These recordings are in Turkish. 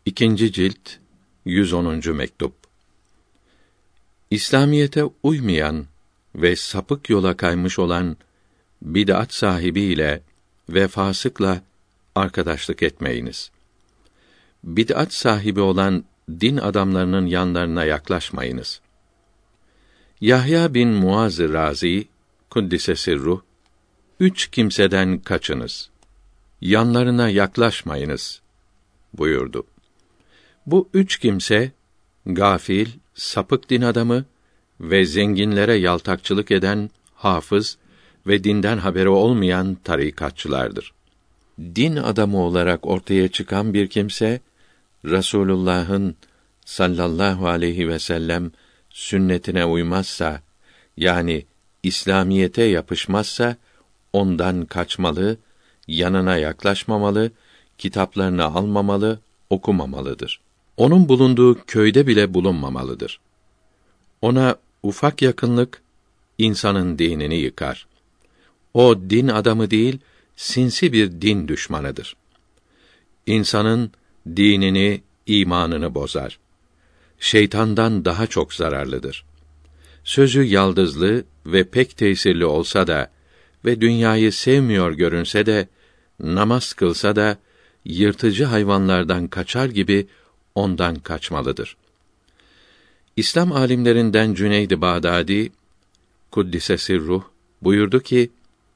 İkinci cilt 110. mektup. İslamiyete uymayan ve sapık yola kaymış olan bid'at sahibiyle ve fasıkla arkadaşlık etmeyiniz. Bid'at sahibi olan din adamlarının yanlarına yaklaşmayınız. Yahya bin Muaz Razi kuddise sirruh, 3 kimseden kaçınız. Yanlarına yaklaşmayınız buyurdu. Bu 3 kimse, gafil, sapık din adamı ve zenginlere yaltakçılık eden hafız ve dinden haberi olmayan tarikatçılardır. Din adamı olarak ortaya çıkan bir kimse, Resulullah'ın sallallahu aleyhi ve sellem sünnetine uymazsa, yani İslamiyete yapışmazsa, ondan kaçmalı, yanına yaklaşmamalı, kitaplarını almamalı, okumamalıdır. Onun bulunduğu köyde bile bulunmamalıdır. Ona ufak yakınlık, insanın dinini yıkar. O din adamı değil, sinsi bir din düşmanıdır. İnsanın dinini, imanını bozar. Şeytandan daha çok zararlıdır. Sözü yaldızlı ve pek tesirli olsa da ve dünyayı sevmiyor görünse de, namaz kılsa da, yırtıcı hayvanlardan kaçar gibi ondan kaçmalıdır. İslam alimlerinden Cüneyd-i Bağdadi kuddise sirruh buyurdu ki,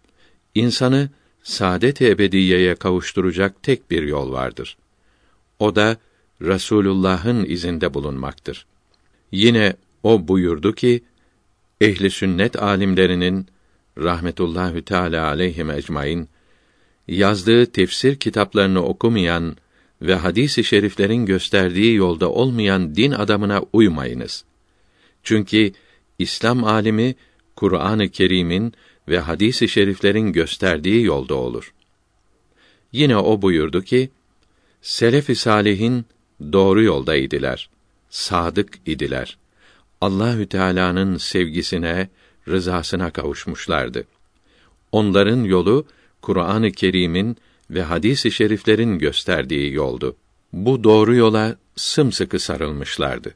insanı saadet-i ebediyeye kavuşturacak tek bir yol vardır. O da Resulullah'ın izinde bulunmaktır. Yine o buyurdu ki, ehli sünnet alimlerinin rahmetullahi teâlâ aleyhim ecmaîn yazdığı tefsir kitaplarını okumayan ve hadis-i şeriflerin gösterdiği yolda olmayan din adamına uymayınız. Çünkü İslam alimi Kur'an-ı Kerim'in ve hadis-i şeriflerin gösterdiği yolda olur. Yine o buyurdu ki, selef-i salihin doğru yolda idiler, sadık idiler. Allahü Teala'nın sevgisine, rızasına kavuşmuşlardı. Onların yolu Kur'an-ı Kerim'in ve hadis-i şeriflerin gösterdiği yoldu. Bu doğru yola sımsıkı sarılmışlardı.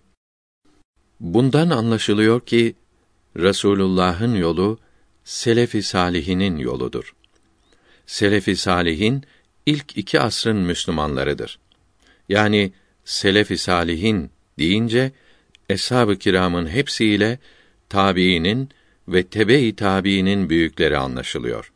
Bundan anlaşılıyor ki Resulullah'ın yolu selef-i salihinin yoludur. Selef-i salihin ilk 2 asrın Müslümanlarıdır. Yani selef-i salihin deyince eshab-ı kiramın hepsiyle tabiinin ve tebe-i tabiinin büyükleri anlaşılıyor.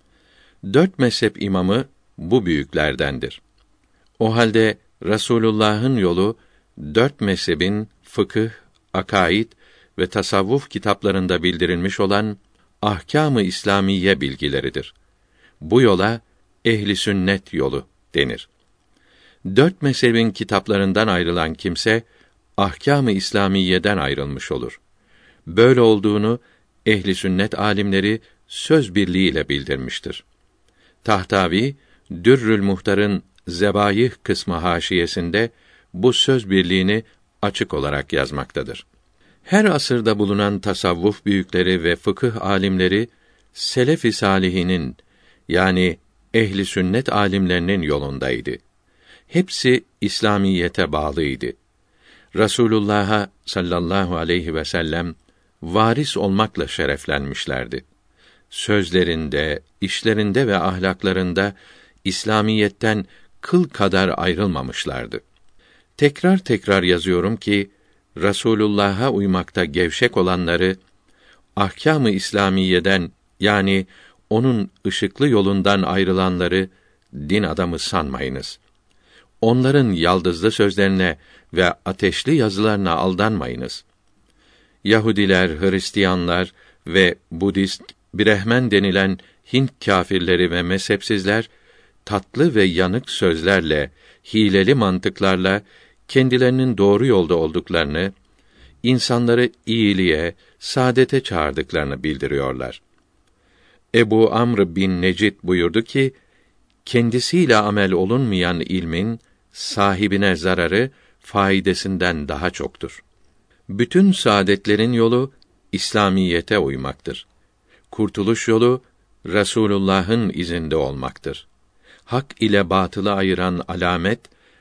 4 mezhep imamı bu büyüklerdendir. O halde Resulullah'ın yolu 4 mezhebin fıkıh, akaid ve tasavvuf kitaplarında bildirilmiş olan ahkâm-ı İslamiye bilgileridir. Bu yola ehli sünnet yolu denir. 4 mezhebin kitaplarından ayrılan kimse ahkâm-ı İslamiyeden ayrılmış olur. Böyle olduğunu ehli sünnet alimleri söz birliğiyle bildirmiştir. Tahtavi, Dürrül Muhtar'ın Zebayih kısmı haşiyesinde bu söz birliğini açık olarak yazmaktadır. Her asırda bulunan tasavvuf büyükleri ve fıkıh alimleri selef-i salihinin yani ehli sünnet alimlerinin yolundaydı. Hepsi İslamiyete bağlıydı. Resulullah'a sallallahu aleyhi ve sellem varis olmakla şereflenmişlerdi. Sözlerinde, işlerinde ve ahlaklarında İslamiyetten kıl kadar ayrılmamışlardı. Tekrar tekrar yazıyorum ki Resulullah'a uymakta gevşek olanları ahkâm-ı İslamiyeden yani onun ışıklı yolundan ayrılanları din adamı sanmayınız. Onların yaldızlı sözlerine ve ateşli yazılarına aldanmayınız. Yahudiler, Hristiyanlar ve Budist, Brehmen denilen Hint kâfirleri ve mezhepsizler tatlı ve yanık sözlerle, hileli mantıklarla kendilerinin doğru yolda olduklarını, insanları iyiliğe, saadete çağırdıklarını bildiriyorlar. Ebu Amr bin Necid buyurdu ki, kendisiyle amel olunmayan ilmin sahibine zararı faydasından daha çoktur. Bütün saadetlerin yolu İslamiyete uymaktır. Kurtuluş yolu Resulullah'ın izinde olmaktır. Hak ile batılı ayıran alamet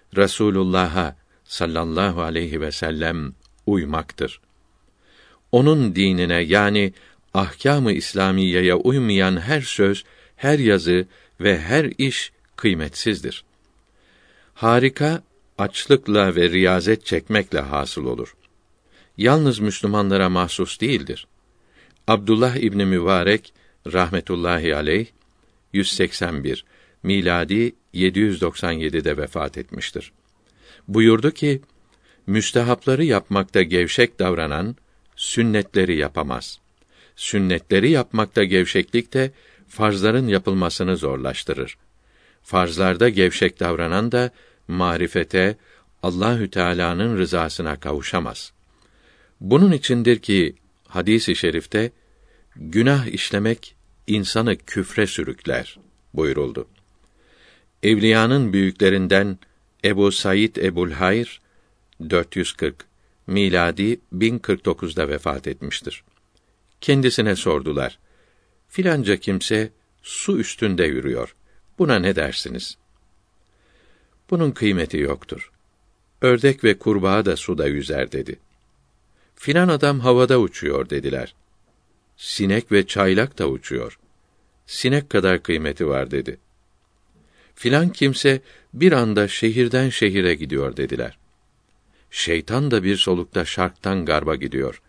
Resulullah'a sallallahu aleyhi ve sellem uymaktır. Onun dinine yani ahkâm-ı İslamiyeye uymayan her söz, her yazı ve her iş kıymetsizdir. Harika açlıkla ve riyazet çekmekle hasıl olur. Yalnız Müslümanlara mahsus değildir. Abdullah İbni Mübarek rahmetullahi aleyh 181 miladi 797'de vefat etmiştir. Buyurdu ki, müstehapları yapmakta gevşek davranan sünnetleri yapamaz. Sünnetleri yapmakta gevşeklik de farzların yapılmasını zorlaştırır. Farzlarda gevşek davranan da marifete, Allahü Teala'nın rızasına kavuşamaz. Bunun içindir ki hadis-i şerifte günah işlemek insanı küfre sürükler buyuruldu. Evliyanın büyüklerinden Ebu Said Ebu'l-Hayr 440 miladi 1049'da vefat etmiştir. Kendisine sordular. Filanca kimse su üstünde yürüyor. Buna ne dersiniz? Bunun kıymeti yoktur. Ördek ve kurbağa da suda yüzer dedi. Filan adam havada uçuyor dediler. Sinek ve çaylak da uçuyor. Sinek kadar kıymeti var dedi. Filan kimse bir anda şehirden şehire gidiyor dediler. Şeytan da bir solukta şarktan garba gidiyor.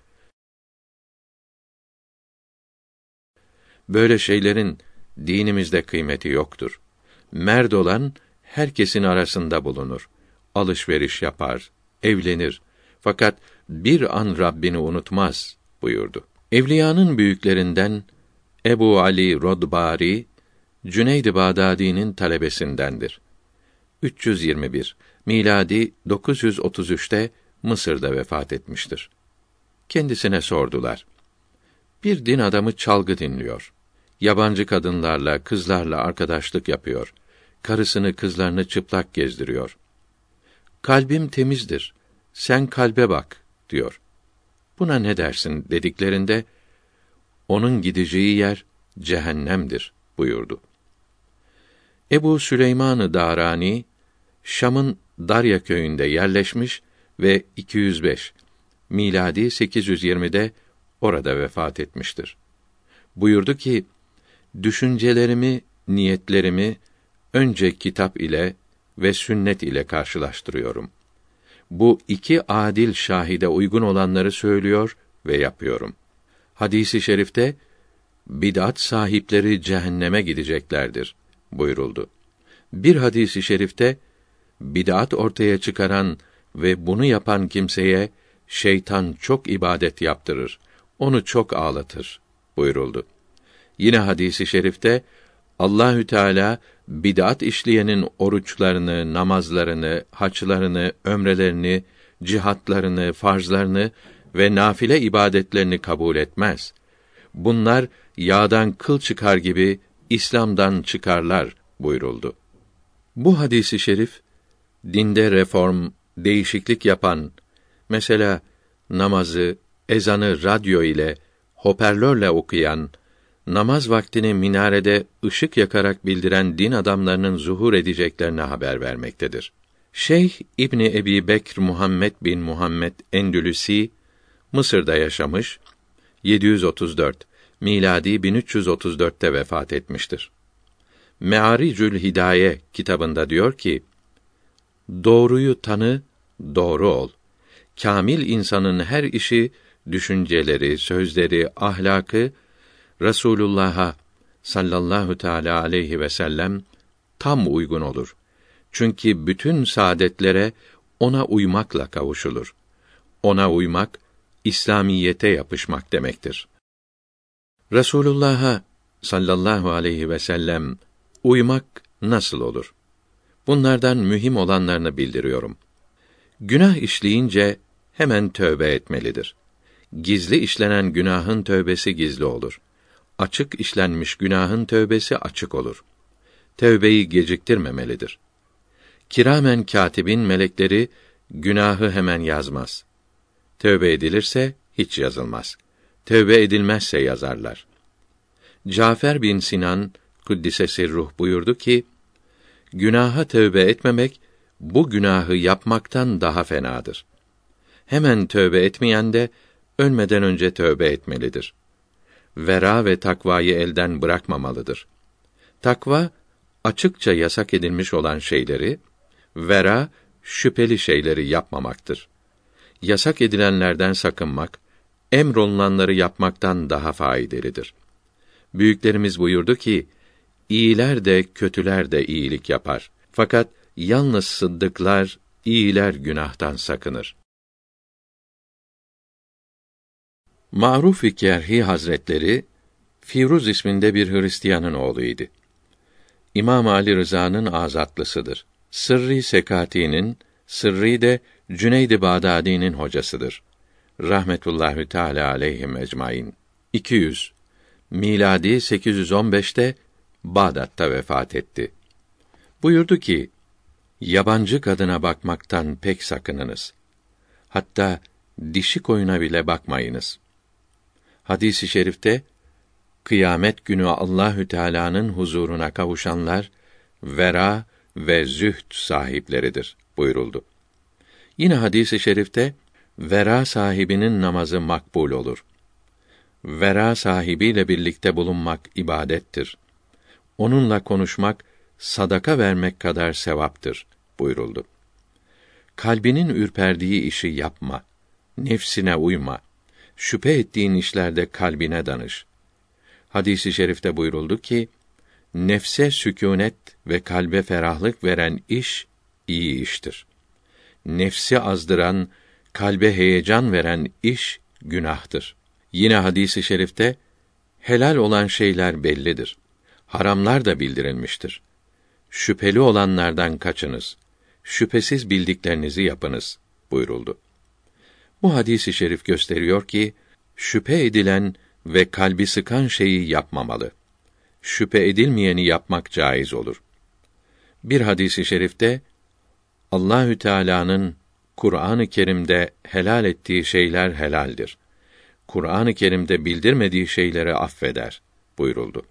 Böyle şeylerin dinimizde kıymeti yoktur. Merd olan herkesin arasında bulunur. Alışveriş yapar, evlenir. Fakat bir an Rabbini unutmaz buyurdu. Evliyanın büyüklerinden Ebu Ali Rodbari, Cüneyd-i Bağdadi'nin talebesindendir. 321 miladi 933'te Mısır'da vefat etmiştir. Kendisine sordular. Bir din adamı çalgı dinliyor. Yabancı kadınlarla, kızlarla arkadaşlık yapıyor. Karısını, kızlarını çıplak gezdiriyor. Kalbim temizdir. Sen kalbe bak diyor. Buna ne dersin dediklerinde onun gideceği yer cehennemdir buyurdu. Ebu Süleyman-ı Darani Şam'ın Darya köyünde yerleşmiş ve 205 miladi 820'de orada vefat etmiştir. Buyurdu ki, düşüncelerimi, niyetlerimi önce kitap ile ve sünnet ile karşılaştırıyorum. Bu iki adil şahide uygun olanları söylüyor ve yapıyorum. Hadis-i şerifte bid'at sahipleri cehenneme gideceklerdir buyuruldu. Bir hadis-i şerifte bid'at ortaya çıkaran ve bunu yapan kimseye şeytan çok ibadet yaptırır, onu çok ağlatır buyuruldu. Yine hadis-i şerifte Allahü Teala bid'at işleyenin oruçlarını, namazlarını, haçlarını, ömrelerini, cihatlarını, farzlarını ve nafile ibadetlerini kabul etmez. Bunlar yağdan kıl çıkar gibi İslam'dan çıkarlar buyuruldu. Bu hadisi şerif dinde reform, değişiklik yapan, mesela namazı, ezanı radyo ile, hoparlörle okuyan, namaz vaktini minarede ışık yakarak bildiren din adamlarının zuhur edeceklerine haber vermektedir. Şeyh İbni Ebi Bekr Muhammed bin Muhammed Endülüsi Mısır'da yaşamış, 734 miladi 1334'te vefat etmiştir. Me'aricül Hidaye kitabında diyor ki, doğruyu tanı, doğru ol. Kâmil insanın her işi, düşünceleri, sözleri, ahlakı Resulullah'a sallallahu teâlâ aleyhi ve sellem tam uygun olur. Çünkü bütün saadetlere ona uymakla kavuşulur. Ona uymak, İslamiyete yapışmak demektir. Resulullah'a sallallahu aleyhi ve sellem uymak nasıl olur? Bunlardan mühim olanlarını bildiriyorum. Günah işleyince hemen tövbe etmelidir. Gizli işlenen günahın tövbesi gizli olur. Açık işlenmiş günahın tövbesi açık olur. Tövbeyi geciktirmemelidir. Kiramen katibin melekleri günahı hemen yazmaz. Tövbe edilirse hiç yazılmaz. Tövbe edilmezse yazarlar. Cafer bin Sinan kuddise sirruh buyurdu ki, günaha tövbe etmemek bu günahı yapmaktan daha fenadır. Hemen tövbe etmeyen de ölmeden önce tövbe etmelidir. Vera ve takvayı elden bırakmamalıdır. Takva, açıkça yasak edilmiş olan şeyleri, vera, şüpheli şeyleri yapmamaktır. Yasak edilenlerden sakınmak, emrolunanları yapmaktan daha faydalıdır. Büyüklerimiz buyurdu ki, iyiler de kötüler de iyilik yapar. Fakat yalnız sıddıklar, iyiler günahtan sakınır. Ma'ruf-i Kerhi Hazretleri, Firuz isminde bir Hristiyanın oğluydu. İmam Ali Rıza'nın azatlısıdır. Sırrî Sekâti'nin, Sırrî de Cüneyd-i Bağdadi'nin hocasıdır. Rahmetullahi Teâlâ aleyhim ecmaîn. 200 miladi 815'te Bağdat'ta vefat etti. Buyurdu ki, yabancı kadına bakmaktan pek sakınınız. Hatta dişi koyuna bile bakmayınız. Hadis-i şerifte, kıyamet günü Allahü Teala'nın huzuruna kavuşanlar vera ve zühd sahipleridir buyuruldu. Yine hadis-i şerifte vera sahibinin namazı makbul olur. Vera sahibiyle birlikte bulunmak ibadettir. Onunla konuşmak sadaka vermek kadar sevaptır buyuruldu. Kalbinin ürperdiği işi yapma. Nefsine uyma. Şüphe ettiğin işlerde kalbine danış. Hadis-i şerifte buyuruldu ki, nefse sükûnet ve kalbe ferahlık veren iş iyi iştir. Nefsi azdıran, kalbe heyecan veren iş günahtır. Yine hadis-i şerifte, helal olan şeyler bellidir. Haramlar da bildirilmiştir. Şüpheli olanlardan kaçınız. Şüphesiz bildiklerinizi yapınız buyuruldu. Bu hadis-i şerif gösteriyor ki, şüphe edilen ve kalbi sıkan şeyi yapmamalı. Şüphe edilmeyeni yapmak caiz olur. Bir hadis-i şerifte, Allahü Teala'nın Kur'an-ı Kerim'de helal ettiği şeyler helaldir. Kur'an-ı Kerim'de bildirmediği şeyleri affeder buyuruldu.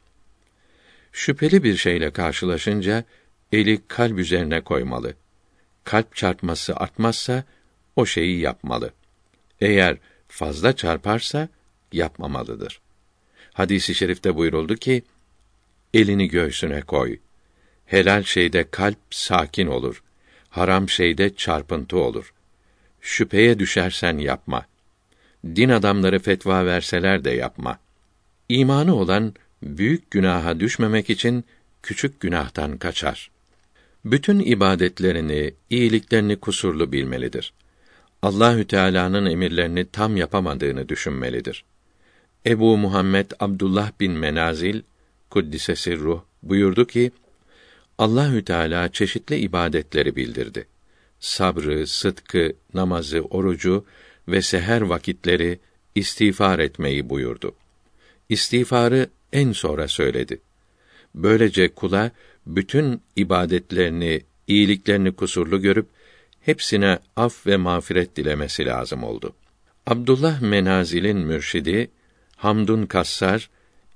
Şüpheli bir şeyle karşılaşınca eli kalp üzerine koymalı. Kalp çarpması artmazsa o şeyi yapmalı. Eğer fazla çarparsa yapmamalıdır. Hadis-i şerifte buyuruldu ki, elini göğsüne koy. Helal şeyde kalp sakin olur. Haram şeyde çarpıntı olur. Şüpheye düşersen yapma. Din adamları fetva verseler de yapma. İmanı olan büyük günaha düşmemek için küçük günahtan kaçar. Bütün ibadetlerini, iyiliklerini kusurlu bilmelidir. Allahü Teala'nın emirlerini tam yapamadığını düşünmelidir. Ebu Muhammed Abdullah bin Menazil kuddise sirruh buyurdu ki, Allahü Teala çeşitli ibadetleri bildirdi. Sabrı, sıdkı, namazı, orucu ve seher vakitleri istiğfar etmeyi buyurdu. İstiğfarı en sonra söyledi. Böylece kula bütün ibadetlerini, iyiliklerini kusurlu görüp hepsine af ve mağfiret dilemesi lazım oldu. Abdullah Menazil'in mürşidi Hamdun Kassar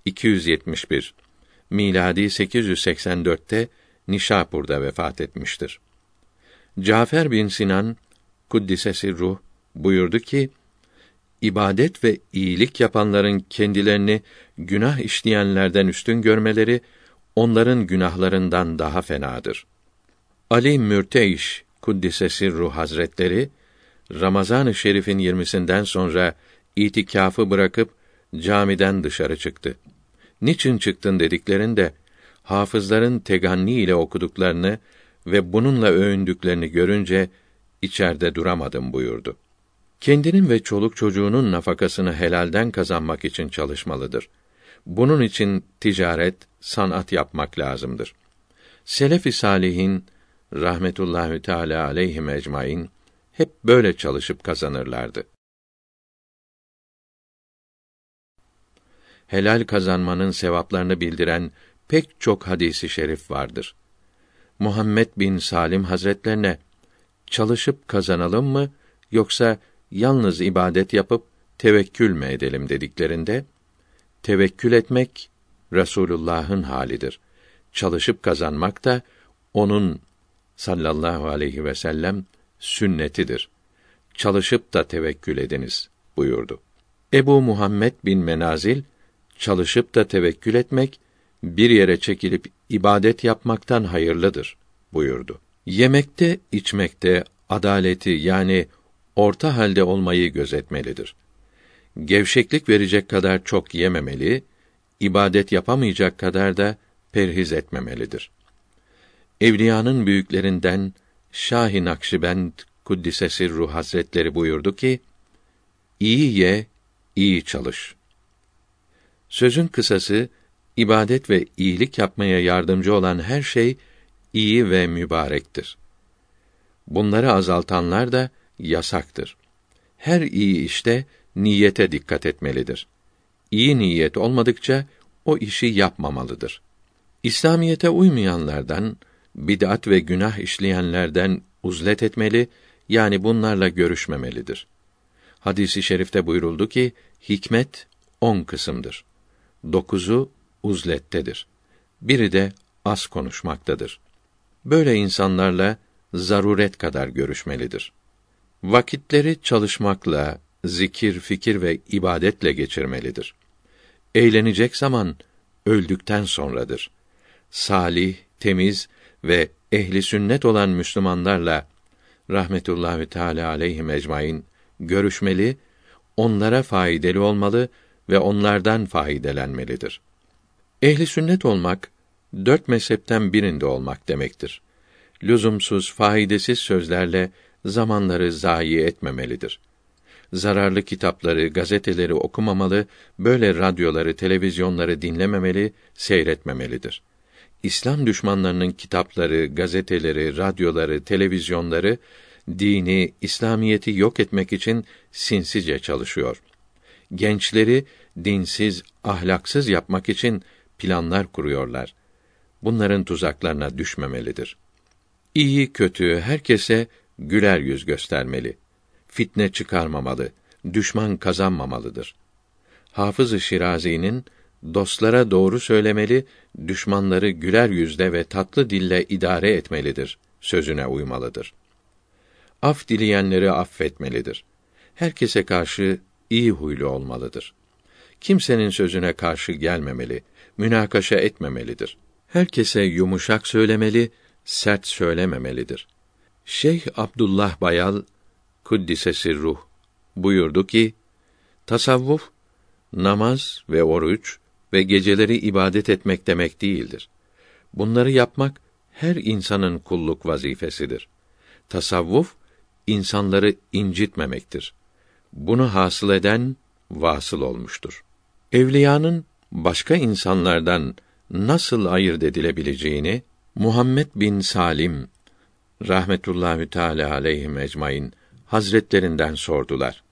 271 miladi 884'te Nişapur'da vefat etmiştir. Cafer bin Sinan kuddise sirruh buyurdu ki, ibadet ve iyilik yapanların kendilerini günah işleyenlerden üstün görmeleri onların günahlarından daha fenadır. Ali Mürteiş kuddise sirruh Hazretleri Ramazan-ı Şerif'in 20'sinden sonra itikafı bırakıp camiden dışarı çıktı. Niçin çıktın dediklerinde hafızların teganni ile okuduklarını ve bununla övündüklerini görünce içeride duramadım buyurdu. Kendinin ve çoluk çocuğunun nafakasını helalden kazanmak için çalışmalıdır. Bunun için ticaret, sanat yapmak lazımdır. Selef-i salihin rahmetullahi teâlâ aleyhim ecmaîn hep böyle çalışıp kazanırlardı. Helal kazanmanın sevaplarını bildiren pek çok hadisi şerif vardır. Muhammed bin Salim Hazretlerine çalışıp kazanalım mı yoksa yalnız ibadet yapıp tevekkül mü edelim dediklerinde, tevekkül etmek Resulullah'ın halidir. Çalışıp kazanmak da onun sallallahu aleyhi ve sellem sünnetidir. Çalışıp da tevekkül ediniz buyurdu. Ebu Muhammed bin Menazil, çalışıp da tevekkül etmek, bir yere çekilip ibadet yapmaktan hayırlıdır buyurdu. Yemekte, içmekte adaleti yani orta halde olmayı gözetmelidir. Gevşeklik verecek kadar çok yememeli, ibadet yapamayacak kadar da perhiz etmemelidir. Evliyanın büyüklerinden Şah-ı Nakşibend Kuddise Sirruh Hazretleri buyurdu ki, İyi ye, iyi çalış. Sözün kısası, ibadet ve iyilik yapmaya yardımcı olan her şey iyi ve mübarektir. Bunları azaltanlar da yasaktır. Her iyi işte niyete dikkat etmelidir. İyi niyet olmadıkça o işi yapmamalıdır. İslamiyete uymayanlardan, bid'at ve günah işleyenlerden uzlet etmeli, yani bunlarla görüşmemelidir. Hadis-i şerifte buyuruldu ki, hikmet 10 kısımdır. 9'u uzlettedir. Biri de az konuşmaktadır. Böyle insanlarla zaruret kadar görüşmelidir. Vakitleri çalışmakla, zikir, fikir ve ibadetle geçirmelidir. Eğlenecek zaman öldükten sonradır. Salih, temiz ve ehli sünnet olan Müslümanlarla rahmetullahi teâlâ aleyhim ecmaîn görüşmeli, onlara faydalı olmalı ve onlardan faydelenmelidir. Ehli sünnet olmak, 4 mezhepten birinde olmak demektir. Lüzumsuz, faydasız sözlerle zamanları zayi etmemelidir. Zararlı kitapları, gazeteleri okumamalı, böyle radyoları, televizyonları dinlememeli, seyretmemelidir. İslam düşmanlarının kitapları, gazeteleri, radyoları, televizyonları dini, İslamiyeti yok etmek için sinsice çalışıyor. Gençleri dinsiz, ahlaksız yapmak için planlar kuruyorlar. Bunların tuzaklarına düşmemelidir. İyi kötü herkese güler yüz göstermeli. Fitne çıkarmamalı, düşman kazanmamalıdır. Hafız-ı Şirazi'nin dostlara doğru söylemeli, düşmanları güler yüzle ve tatlı dille idare etmelidir sözüne uymalıdır. Af dileyenleri affetmelidir. Herkese karşı iyi huylu olmalıdır. Kimsenin sözüne karşı gelmemeli, münakaşa etmemelidir. Herkese yumuşak söylemeli, sert söylememelidir. Şeyh Abdullah Bayal Kuddise Sirruh buyurdu ki, tasavvuf, namaz ve oruç ve geceleri ibadet etmek demek değildir. Bunları yapmak her insanın kulluk vazifesidir. Tasavvuf, insanları incitmemektir. Bunu hasıl eden vasıl olmuştur. Evliyanın başka insanlardan nasıl ayırt edilebileceğini Muhammed bin Salim rahmetullahi teâlâ aleyhim ecmaîn hazretlerinden sordular.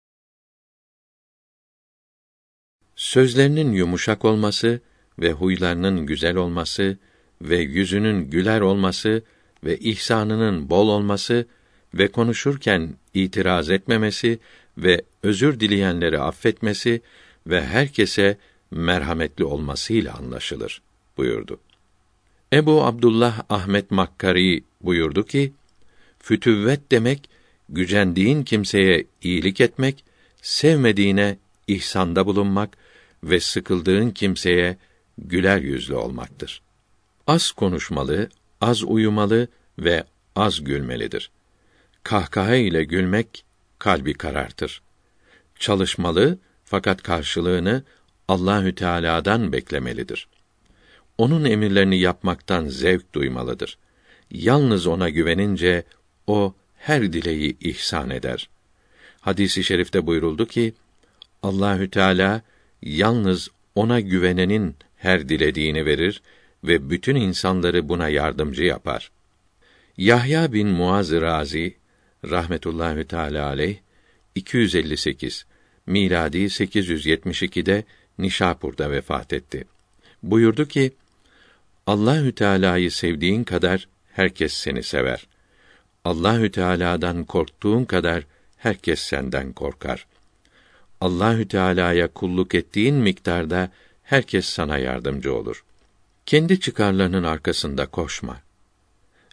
Sözlerinin yumuşak olması ve huylarının güzel olması ve yüzünün güler olması ve ihsanının bol olması ve konuşurken itiraz etmemesi ve özür dileyenleri affetmesi ve herkese merhametli olmasıyla anlaşılır buyurdu. Ebu Abdullah Ahmet Makkari buyurdu ki, fütüvvet demek, gücendiğin kimseye iyilik etmek, sevmediğine ihsanda bulunmak ve sıkıldığın kimseye güler yüzlü olmaktır. Az konuşmalı, az uyumalı ve az gülmelidir. Kahkaha ile gülmek kalbi karartır. Çalışmalı fakat karşılığını Allahü Teala'dan beklemelidir. Onun emirlerini yapmaktan zevk duymalıdır. Yalnız ona güvenince o her dileği ihsan eder. Hadis-i şerifte buyuruldu ki, Allahü Teala yalnız ona güvenenin her dilediğini verir ve bütün insanları buna yardımcı yapar. Yahya bin Muaz Razi rahmetullahi teala aleyh 258 miladi 872'de Nişapur'da vefat etti. Buyurdu ki, Allahü Teala'yı sevdiğin kadar herkes seni sever. Allahü Teala'dan korktuğun kadar herkes senden korkar. Allahü Teala'ya kulluk ettiğin miktarda herkes sana yardımcı olur. Kendi çıkarlarının arkasında koşma.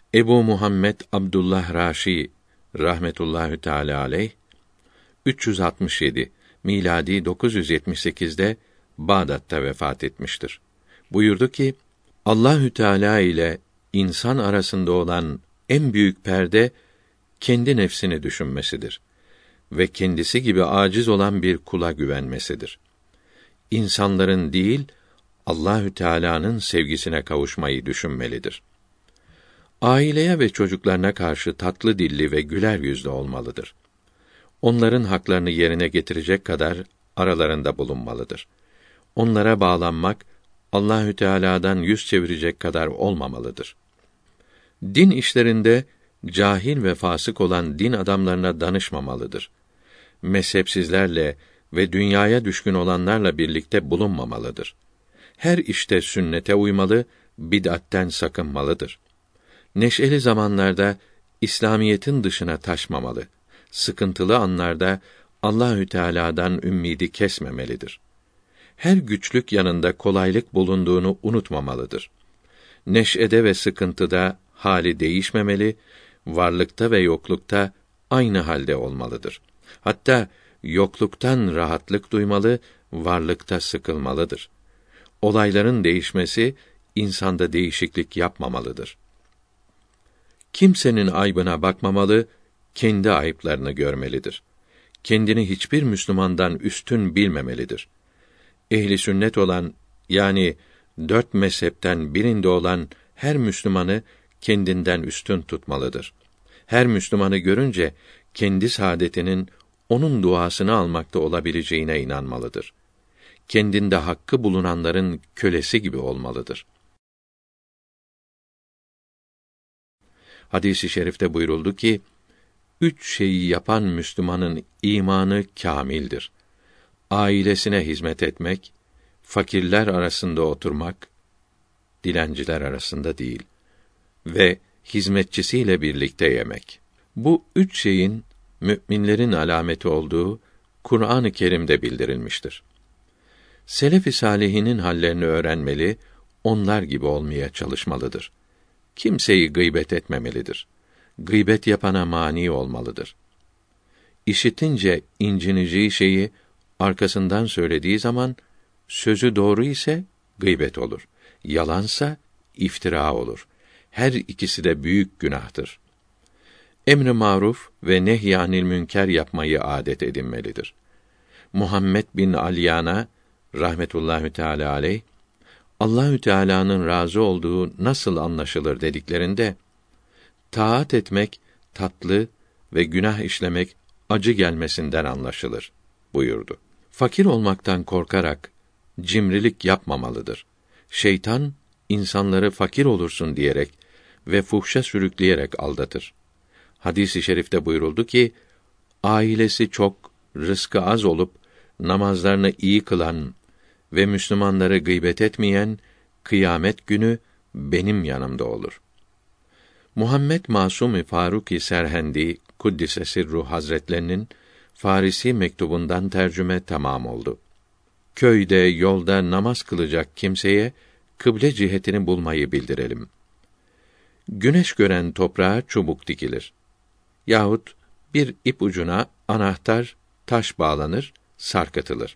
Ebu Muhammed Abdullah Raşi rahmetullahi teala aleyh 367 miladi 978'de Bağdat'ta vefat etmiştir. Buyurdu ki, Allahü Teala ile insan arasında olan en büyük perde kendi nefsini düşünmesidir ve kendisi gibi aciz olan bir kula güvenmesidir. İnsanların değil, Allahü Teala'nın sevgisine kavuşmayı düşünmelidir. Aileye ve çocuklarına karşı tatlı dilli ve güler yüzlü olmalıdır. Onların haklarını yerine getirecek kadar aralarında bulunmalıdır. Onlara bağlanmak, Allahü Teala'dan yüz çevirecek kadar olmamalıdır. Din işlerinde cahil ve fasık olan din adamlarına danışmamalıdır. Mezhepsizlerle ve dünyaya düşkün olanlarla birlikte bulunmamalıdır. Her işte sünnete uymalı, bid'atten sakınmalıdır. Neşeli zamanlarda İslamiyetin dışına taşmamalı. Sıkıntılı anlarda Allahü Teala'dan ümmidi kesmemelidir. Her güçlük yanında kolaylık bulunduğunu unutmamalıdır. Neşede ve sıkıntıda hali değişmemeli, varlıkta ve yoklukta aynı halde olmalıdır. Hatta yokluktan rahatlık duymalı, varlıkta sıkılmalıdır. Olayların değişmesi insanda değişiklik yapmamalıdır. Kimsenin aybına bakmamalı, kendi ayıplarını görmelidir. Kendini hiçbir Müslümandan üstün bilmemelidir. Ehli sünnet olan, yani 4 mezhepten birinde olan her Müslümanı kendinden üstün tutmalıdır. Her Müslümanı görünce kendi saadetinin onun duasını almakta olabileceğine inanmalıdır. Kendinde hakkı bulunanların kölesi gibi olmalıdır. Hadis-i şerifte buyuruldu ki, 3 şeyi yapan Müslümanın imanı kâmildir. Ailesine hizmet etmek, fakirler arasında oturmak, dilenciler arasında değil ve hizmetçisiyle birlikte yemek. Bu 3 şeyin müminlerin alameti olduğu Kur'an-ı Kerim'de bildirilmiştir. Selef-i sâlihinin hallerini öğrenmeli, onlar gibi olmaya çalışmalıdır. Kimseyi gıybet etmemelidir. Gıybet yapana mani olmalıdır. İşitince incineceği şeyi arkasından söylediği zaman, sözü doğru ise gıybet olur. Yalansa iftira olur. Her ikisi de büyük günahtır. Emr-i maruf ve nehy-anil münker yapmayı adet edinmelidir. Muhammed bin Alyan'a rahmetullahi teala aleyh, Allahü Teala'nın razı olduğu nasıl anlaşılır dediklerinde, taat etmek tatlı ve günah işlemek acı gelmesinden anlaşılır buyurdu. Fakir olmaktan korkarak cimrilik yapmamalıdır. Şeytan insanları fakir olursun diyerek ve fuhşa sürükleyerek aldatır. Hadis-i şerifte buyuruldu ki, ailesi çok, rızkı az olup namazlarını iyi kılan ve Müslümanları gıybet etmeyen, kıyamet günü benim yanımda olur. Muhammed Masum-i Faruk-i Serhendi Kuddise Sirruh Hazretlerinin Farisi mektubundan tercüme tamam oldu. Köyde, yolda namaz kılacak kimseye kıble cihetini bulmayı bildirelim. Güneş gören toprağa çubuk dikilir. Yahut bir ip ucuna anahtar, taş bağlanır, sarkıtılır.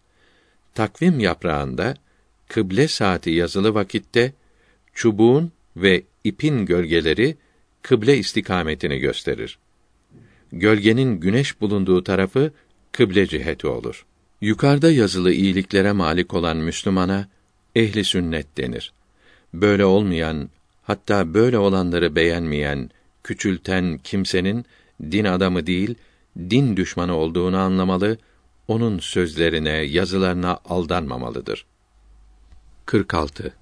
Takvim yaprağında kıble saati yazılı vakitte çubuğun ve ipin gölgeleri kıble istikametini gösterir. Gölgenin güneş bulunduğu tarafı kıble ciheti olur. Yukarıda yazılı iyiliklere malik olan Müslümana ehli sünnet denir. Böyle olmayan, hatta böyle olanları beğenmeyen, küçülten kimsenin din adamı değil, din düşmanı olduğunu anlamalı, onun sözlerine, yazılarına aldanmamalıdır. 46.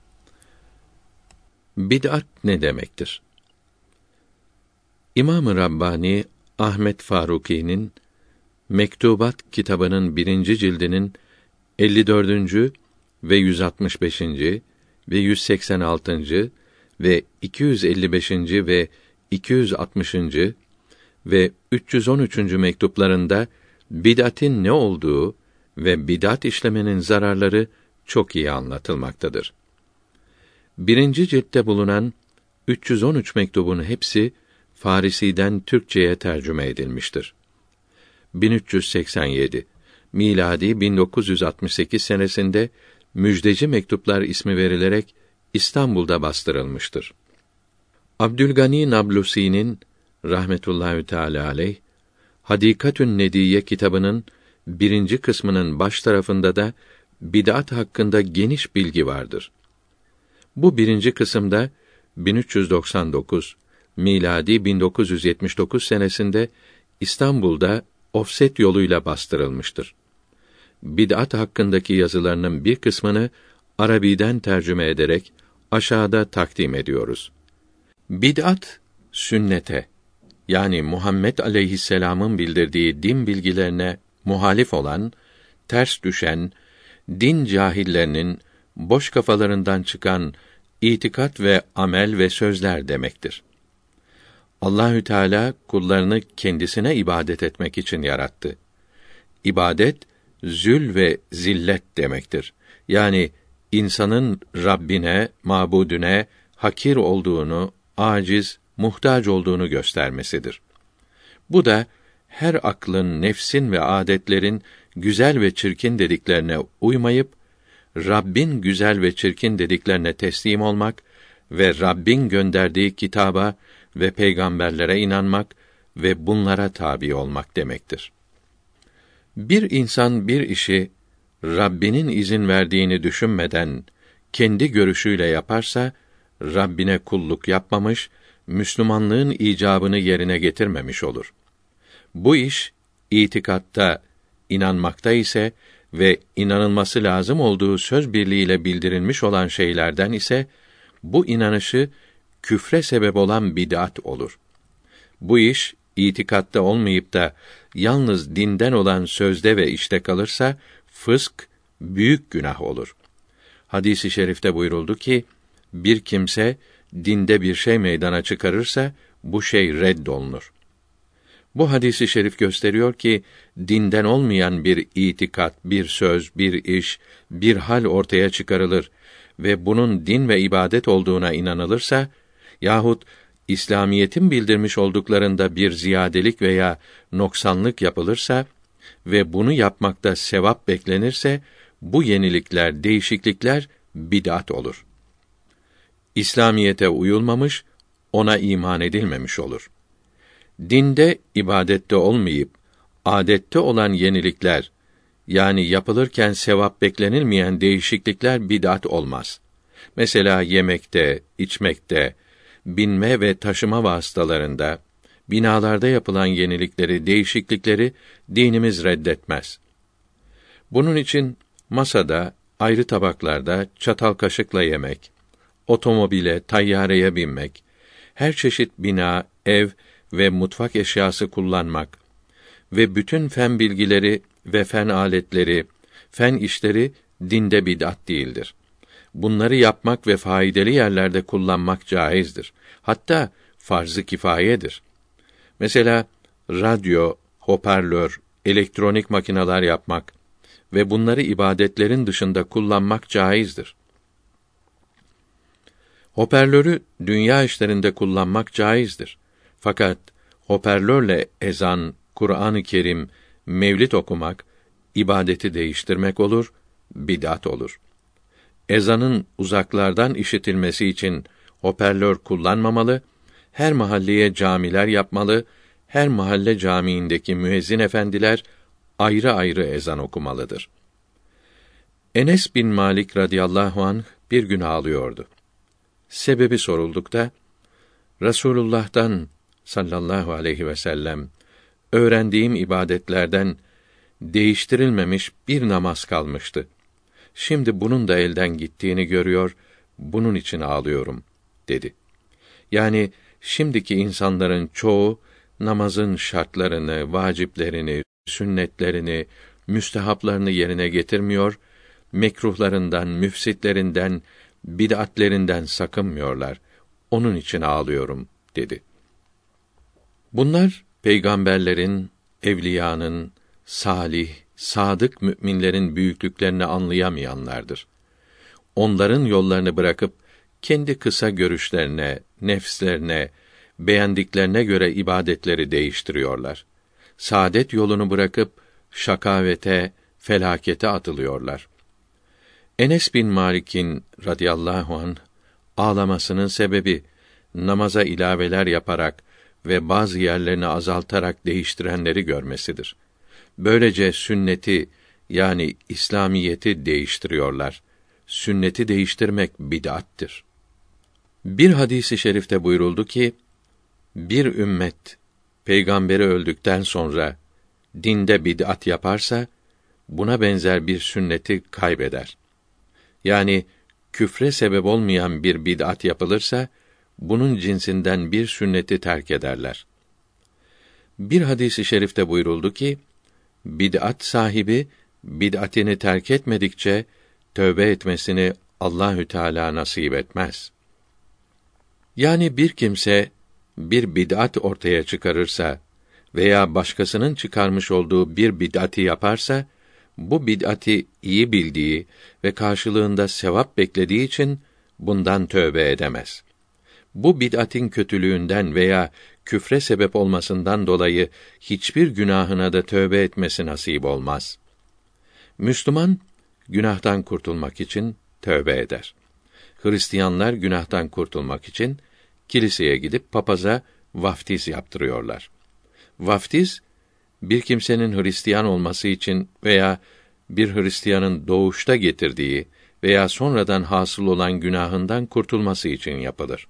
Bid'at ne demektir? İmam-ı Rabbani Ahmet Faruki'nin Mektubat kitabının 1. cildinin 54. ve 165. ve 186. ve 255. ve 260. ve 313. mektuplarında bid'atin ne olduğu ve bid'at işlemenin zararları çok iyi anlatılmaktadır. 1. ciltte bulunan 313 mektubun hepsi Farisi'den Türkçeye tercüme edilmiştir. 1387 miladi 1968 senesinde Müjdeci Mektuplar ismi verilerek İstanbul'da bastırılmıştır. Abdülgani Nablusi'nin rahmetullahi teâlâ aleyh Hadikatün Nediyye kitabının 1. kısmının baş tarafında da bid'at hakkında geniş bilgi vardır. Bu 1. kısımda 1399 miladi 1979 senesinde İstanbul'da ofset yoluyla bastırılmıştır. Bid'at hakkındaki yazılarının bir kısmını Arabi'den tercüme ederek aşağıda takdim ediyoruz. Bid'at, sünnete, yani Muhammed aleyhisselam'ın bildirdiği din bilgilerine muhalif olan, ters düşen, din cahillerinin boş kafalarından çıkan itikat ve amel ve sözler demektir. Allahü Teala kullarını kendisine ibadet etmek için yarattı. İbadet zül ve zillet demektir. Yani insanın Rabbine, mabudüne hakir olduğunu, aciz, muhtaç olduğunu göstermesidir. Bu da her aklın, nefsin ve adetlerin güzel ve çirkin dediklerine uymayıp Rabbin güzel ve çirkin dediklerine teslim olmak ve Rabbin gönderdiği kitaba ve peygamberlere inanmak ve bunlara tabi olmak demektir. Bir insan bir işi Rabbinin izin verdiğini düşünmeden kendi görüşüyle yaparsa Rabbine kulluk yapmamış, Müslümanlığın icabını yerine getirmemiş olur. Bu iş itikatta, inanmakta ise ve inanılması lazım olduğu söz birliğiyle bildirilmiş olan şeylerden ise bu inanışı küfre sebep olan bid'at olur. Bu iş itikatta olmayıp da yalnız dinden olan sözde ve işte kalırsa fısk, büyük günah olur. Hadis-i şerifte buyuruldu ki, bir kimse dinde bir şey meydana çıkarırsa bu şey reddolunur. Bu hadis-i şerif gösteriyor ki dinden olmayan bir itikat, bir söz, bir iş, bir hal ortaya çıkarılır ve bunun din ve ibadet olduğuna inanılırsa yahut İslamiyetin bildirmiş olduklarında bir ziyadelik veya noksanlık yapılırsa ve bunu yapmakta sevap beklenirse bu yenilikler, değişiklikler bid'at olur. İslamiyete uyulmamış, ona iman edilmemiş olur. Dinde, ibadette olmayıp adette olan yenilikler, yani yapılırken sevap beklenilmeyen değişiklikler bid'at olmaz. Mesela yemekte, içmekte, binme ve taşıma vasıtalarında, binalarda yapılan yenilikleri, değişiklikleri dinimiz reddetmez. Bunun için masada, ayrı tabaklarda çatal kaşıkla yemek, otomobile, tayyareye binmek, her çeşit bina, ev ve mutfak eşyası kullanmak ve bütün fen bilgileri ve fen aletleri, fen işleri dinde bid'at değildir. Bunları yapmak ve faydalı yerlerde kullanmak caizdir. Hatta farz-ı kifayedir. Mesela radyo, hoparlör, elektronik makineler yapmak ve bunları ibadetlerin dışında kullanmak caizdir. Hoparlörü dünya işlerinde kullanmak caizdir. Fakat hoparlörle ezan, Kur'an-ı Kerim, mevlid okumak, ibadeti değiştirmek olur, bid'at olur. Ezanın uzaklardan işitilmesi için hoparlör kullanmamalı, her mahalleye camiler yapmalı, her mahalle camiindeki müezzin efendiler ayrı ayrı ezan okumalıdır. Enes bin Malik radıyallahu anh bir gün ağlıyordu. Sebebi soruldukta, Resulullah'tan sallallahu aleyhi ve sellem öğrendiğim ibadetlerden değiştirilmemiş bir namaz kalmıştı. Şimdi bunun da elden gittiğini görüyor, bunun için ağlıyorum, dedi. Yani şimdiki insanların çoğu namazın şartlarını, vaciplerini, sünnetlerini, müstehaplarını yerine getirmiyor, mekruhlarından, müfsitlerinden, bid'atlerinden sakınmıyorlar. Onun için ağlıyorum, dedi. Bunlar peygamberlerin, evliyanın, salih, sadık müminlerin büyüklüklerini anlayamayanlardır. Onların yollarını bırakıp kendi kısa görüşlerine, nefslerine, beğendiklerine göre ibadetleri değiştiriyorlar. Saadet yolunu bırakıp şakavete, felakete atılıyorlar. Enes bin Malik'in radıyallahu anh ağlamasının sebebi namaza ilaveler yaparak ve bazı yerlerini azaltarak değiştirenleri görmesidir. Böylece sünneti yani İslamiyeti değiştiriyorlar. Sünneti değiştirmek bid'attir. Bir hadisi şerifte buyuruldu ki, bir ümmet peygamberi öldükten sonra dinde bid'at yaparsa buna benzer bir sünneti kaybeder. Yani küfre sebep olmayan bir bid'at yapılırsa bunun cinsinden bir sünneti terk ederler. Bir hadisi şerifte buyuruldu ki, bid'at sahibi bid'atini terk etmedikçe tövbe etmesini Allahü Teala nasip etmez. Yani bir kimse bir bid'at ortaya çıkarırsa veya başkasının çıkarmış olduğu bir bid'ati yaparsa, bu bid'ati iyi bildiği ve karşılığında sevap beklediği için bundan tövbe edemez. Bu bid'atin kötülüğünden veya küfre sebep olmasından dolayı hiçbir günahına da tövbe etmesi nasip olmaz. Müslüman günahtan kurtulmak için tövbe eder. Hristiyanlar günahtan kurtulmak için kiliseye gidip papaza vaftiz yaptırıyorlar. Vaftiz, bir kimsenin Hristiyan olması için veya bir Hristiyanın doğuşta getirdiği veya sonradan hasıl olan günahından kurtulması için yapılır.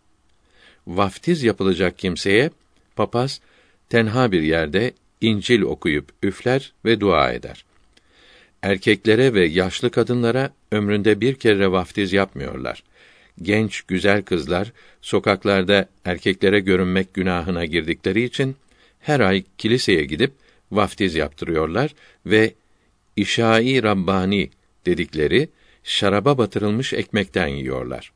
Vaftiz yapılacak kimseye papaz tenha bir yerde İncil okuyup üfler ve dua eder. Erkeklere ve yaşlı kadınlara ömründe bir kere vaftiz yapmıyorlar. Genç, güzel kızlar sokaklarda erkeklere görünmek günahına girdikleri için her ay kiliseye gidip vaftiz yaptırıyorlar ve İşâ-i Rabbani dedikleri şaraba batırılmış ekmekten yiyorlar.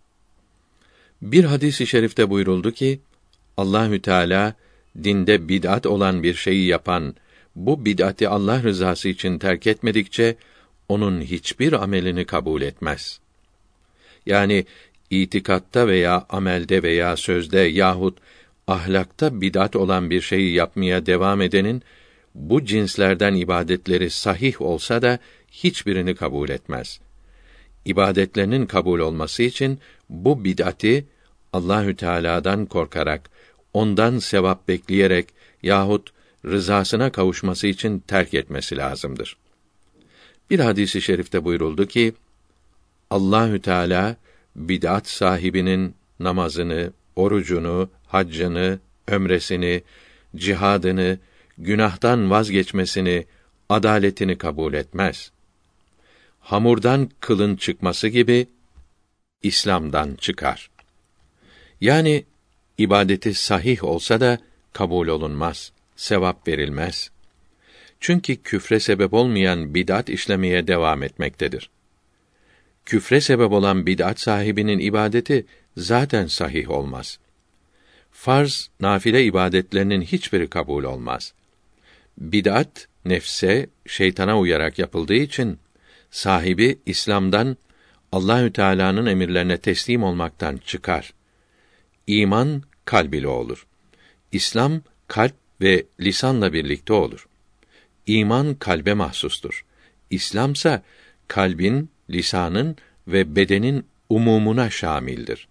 Bir hadis-i şerifte buyuruldu ki, Allahü Teala dinde bid'at olan bir şeyi yapan, bu bid'ati Allah rızası için terk etmedikçe onun hiçbir amelini kabul etmez. Yani itikatta veya amelde veya sözde yahut ahlakta bid'at olan bir şeyi yapmaya devam edenin bu cinslerden ibadetleri sahih olsa da hiçbirini kabul etmez. İbadetlerinin kabul olması için bu bid'ati Allahü Teala'dan korkarak, ondan sevap bekleyerek yahut rızasına kavuşması için terk etmesi lazımdır. Bir hadisi şerifte buyuruldu ki, Allahü Teala bid'at sahibinin namazını, orucunu, haccını, ömresini, cihadını, günahtan vazgeçmesini, adaletini kabul etmez. Hamurdan kılın çıkması gibi İslam'dan çıkar. Yani ibadeti sahih olsa da kabul olunmaz, sevap verilmez. Çünkü küfre sebep olmayan bid'at işlemeye devam etmektedir. Küfre sebep olan bid'at sahibinin ibadeti zaten sahih olmaz. Farz, nafile ibadetlerinin hiçbiri kabul olmaz. Bid'at, nefse, şeytana uyarak yapıldığı için sahibi İslam'dan, Allahü Teala'nın emirlerine teslim olmaktan çıkar. İman kalb ile olur. İslam kalp ve lisanla birlikte olur. İman kalbe mahsustur. İslamsa kalbin, lisanın ve bedenin umumuna şamildir.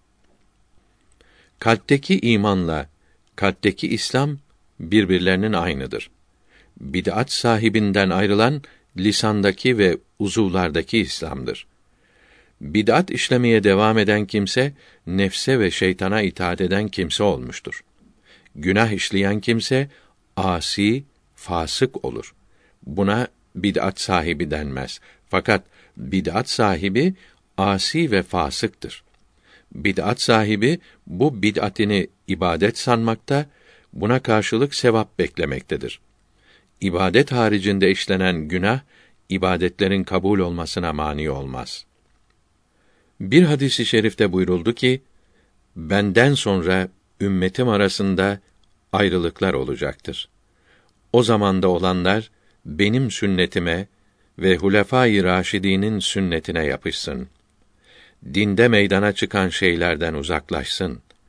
Kalpteki imanla kalpteki İslam birbirlerinin aynıdır. Bid'at sahibinden ayrılan lisandaki ve uzuvlardaki İslam'dır. Bid'at işlemeye devam eden kimse nefse ve şeytana itaat eden kimse olmuştur. Günah işleyen kimse asi, fasık olur. Buna bid'at sahibi denmez. Fakat bid'at sahibi asi ve fasıktır. Bid'at sahibi bu bid'atini ibadet sanmakta, buna karşılık sevap beklemektedir. İbadet haricinde işlenen günah ibadetlerin kabul olmasına mani olmaz. Bir hadisi şerifte buyuruldu ki, benden sonra ümmetim arasında ayrılıklar olacaktır. O zamanda olanlar benim sünnetime ve Hulefâ-i Râşidî'nin sünnetine yapışsın. Dinde meydana çıkan şeylerden uzaklaşsın.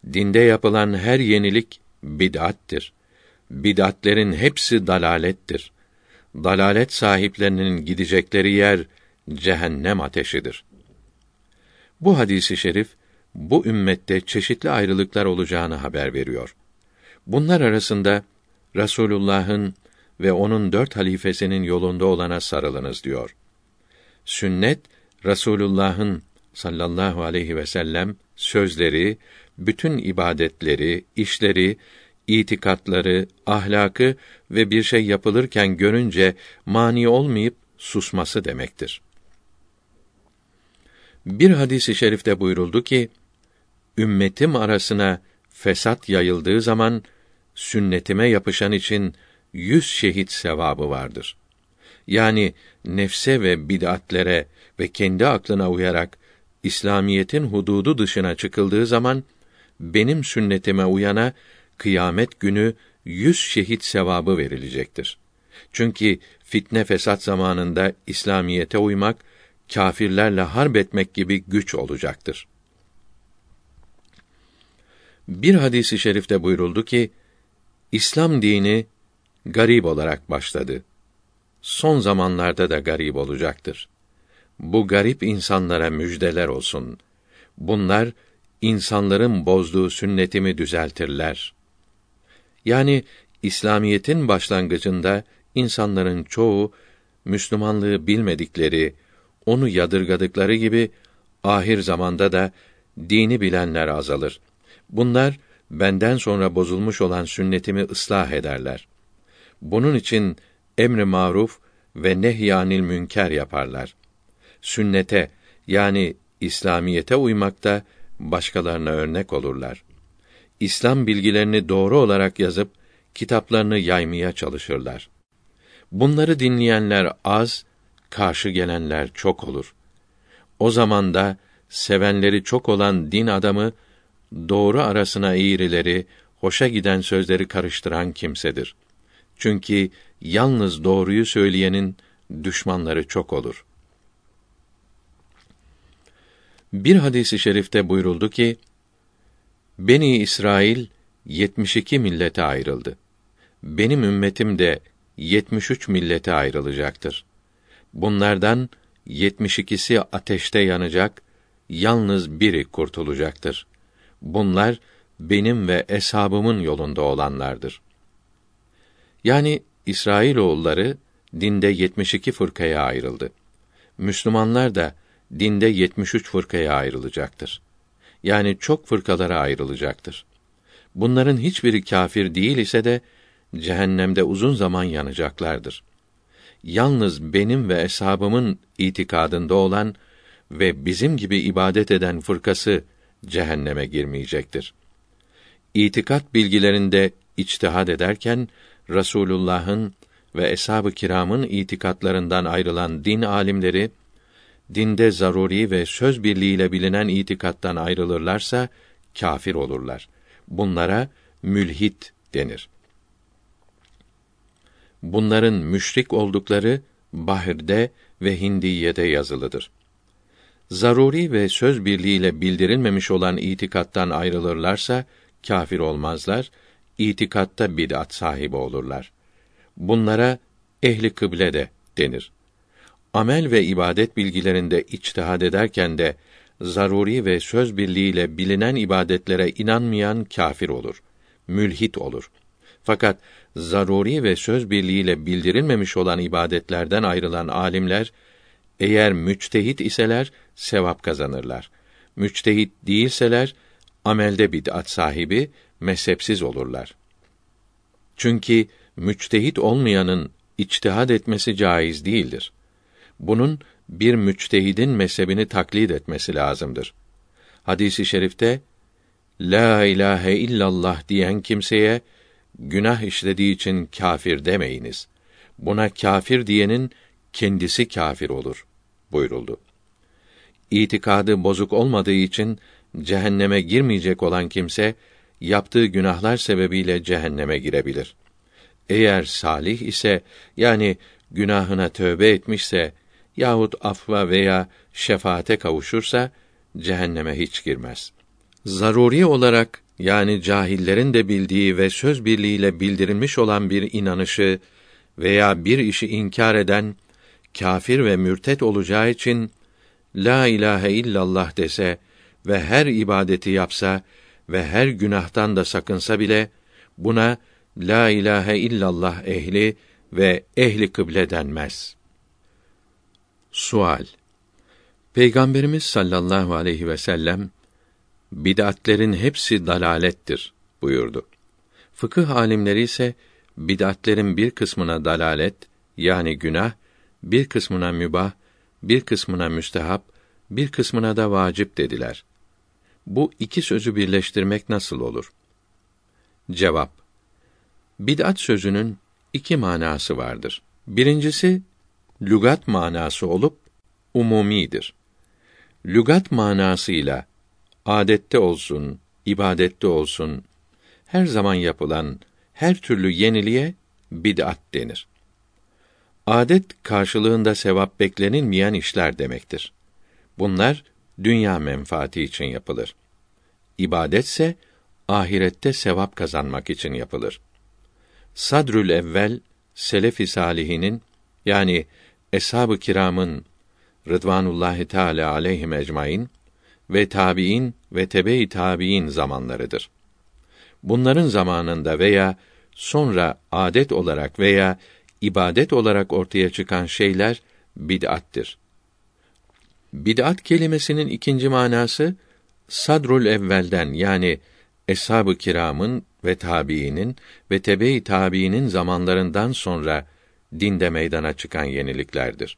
Dinde yapılan her yenilik bid'attir. Bid'atlerin hepsi dalalettir. Dalalet sahiplerinin gidecekleri yer cehennem ateşidir. Bu hadisi şerif bu ümmette çeşitli ayrılıklar olacağını haber veriyor. Bunlar arasında Resulullah'ın ve onun 4 halifesinin yolunda olana sarılınız diyor. Sünnet, Resulullah'ın sallallahu aleyhi ve sellem sözleri, bütün ibadetleri, işleri, itikatları, ahlakı ve bir şey yapılırken görünce mani olmayıp susması demektir. Bir hadis-i şerifte buyuruldu ki, ümmetim arasına fesat yayıldığı zaman sünnetime yapışan için 100 şehit sevabı vardır. Yani nefse ve bid'atlere ve kendi aklına uyarak İslamiyetin hududu dışına çıkıldığı zaman benim sünnetime uyana kıyamet günü 100 şehit sevabı verilecektir. Çünkü fitne fesat zamanında İslamiyete uymak kâfirlerle harp etmek gibi güç olacaktır. Bir hadisi şerifte buyuruldu ki, İslam dini garip olarak başladı. Son zamanlarda da garip olacaktır. Bu garip insanlara müjdeler olsun. Bunlar insanların bozduğu sünnetimi düzeltirler. Yani İslamiyetin başlangıcında insanların çoğu Müslümanlığı bilmedikleri, onu yadırgadıkları gibi ahir zamanda da dini bilenler azalır. Bunlar benden sonra bozulmuş olan sünnetimi ıslah ederler. Bunun için emr-i maruf ve nehy-anil münker yaparlar. Sünnete yani İslamiyete uymakta başkalarına örnek olurlar. İslam bilgilerini doğru olarak yazıp kitaplarını yaymaya çalışırlar. Bunları dinleyenler az, karşı gelenler çok olur. O zaman da sevenleri çok olan din adamı doğru arasına eğrileri, hoşa giden sözleri karıştıran kimsedir. Çünkü yalnız doğruyu söyleyenin düşmanları çok olur. Bir hadisi şerifte buyuruldu ki, Beni İsrail 72 millete ayrıldı. Benim ümmetim de 73 millete ayrılacaktır. Bunlardan 72'si ateşte yanacak, yalnız biri kurtulacaktır. Bunlar benim ve eshabımın yolunda olanlardır. Yani İsrailoğulları dinde 72 fırkaya ayrıldı. Müslümanlar da dinde 73 fırkaya ayrılacaktır. Yani çok fırkalara ayrılacaktır. Bunların hiçbiri kâfir değil ise de cehennemde uzun zaman yanacaklardır. Yalnız benim ve eshabımın itikadında olan ve bizim gibi ibadet eden fırkası cehenneme girmeyecektir. İtikat bilgilerinde içtihad ederken Resulullah'ın ve eshab-ı kiramın itikatlarından ayrılan din alimleri dinde zaruri ve söz birliğiyle bilinen itikattan ayrılırlarsa kâfir olurlar. Bunlara mülhit denir. Bunların müşrik oldukları Bahir'de ve Hindiye'de yazılıdır. Zaruri ve söz birliğiyle bildirilmemiş olan itikattan ayrılırlarsa kâfir olmazlar, itikatta bid'at sahibi olurlar. Bunlara ehli kıble de denir. Amel ve ibadet bilgilerinde içtihad ederken de zaruri ve söz birliğiyle bilinen ibadetlere inanmayan kâfir olur, mülhit olur. Fakat zaruri ve söz birliğiyle bildirilmemiş olan ibadetlerden ayrılan alimler eğer müçtehit iseler sevap kazanırlar. Müçtehit değilseler amelde bid'at sahibi, mezhepsiz olurlar. Çünkü müçtehit olmayanın içtihad etmesi caiz değildir. Bunun bir müçtehidin mezhebini taklit etmesi lazımdır. Hadis-i şerifte la ilahe illallah diyen kimseye günah işlediği için kâfir demeyiniz. Buna kâfir diyenin kendisi kâfir olur buyuruldu. İtikadı bozuk olmadığı için cehenneme girmeyecek olan kimse yaptığı günahlar sebebiyle cehenneme girebilir. Eğer salih ise yani günahına tövbe etmişse yahut affa veya şefaate kavuşursa cehenneme hiç girmez. Zaruri olarak yani cahillerin de bildiği ve söz birliğiyle bildirilmiş olan bir inanışı veya bir işi inkar eden kâfir ve mürtet olacağı için la ilahe illallah dese ve her ibadeti yapsa ve her günahtan da sakınsa bile buna la ilahe illallah ehli ve ehli kıble denmez. Sual: Peygamberimiz sallallahu aleyhi ve sellem bid'atlerin hepsi dalalettir buyurdu. Fıkıh alimleri ise bid'atlerin bir kısmına dalalet yani günah, bir kısmına mübah, bir kısmına müstehap, bir kısmına da vacip dediler. Bu iki sözü birleştirmek nasıl olur? Cevap: Bid'at sözünün iki manası vardır. Birincisi lügat manası olup umumidir. Lügat manasıyla adette olsun, ibadette olsun, her zaman yapılan her türlü yeniliğe bid'at denir. Adet karşılığında sevap beklenilmeyen işler demektir. Bunlar dünya menfaati için yapılır. İbadetse ahirette sevap kazanmak için yapılır. Sadrül evvel selef-i salihinin yani eshab-ı kiramın Rıdvanullahi Teala aleyhim ecmaîn ve tabiin ve tebe-i tabiin zamanlarıdır. Bunların zamanında veya sonra adet olarak veya ibadet olarak ortaya çıkan şeyler bid'attir. Bid'at kelimesinin ikinci manası sadrul evvelden yani eshab-ı kiramın ve tabiinin ve tebe-i tabiinin zamanlarından sonra dinde meydana çıkan yeniliklerdir.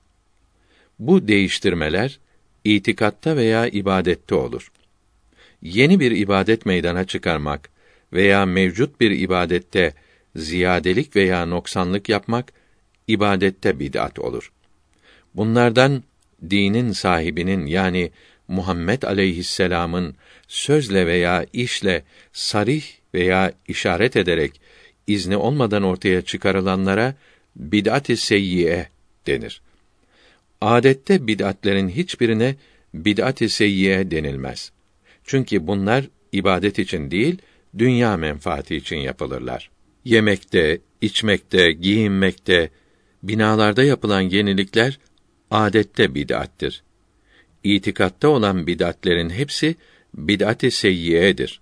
Bu değiştirmeler itikatta veya ibadette olur. Yeni bir ibadet meydana çıkarmak veya mevcut bir ibadette ziyadelik veya noksanlık yapmak ibadette bid'at olur. Bunlardan dinin sahibinin yani Muhammed aleyhisselam'ın sözle veya işle sarih veya işaret ederek izni olmadan ortaya çıkarılanlara bid'at-ı seyyiye denir. Adette bid'atlerin hiçbirine bid'at-ı seyyiye denilmez. Çünkü bunlar ibadet için değil, dünya menfaati için yapılırlar. Yemekte, içmekte, giyinmekte, binalarda yapılan yenilikler adette bid'attir. İtikatta olan bid'atlerin hepsi bid'at-ı seyyiyedir.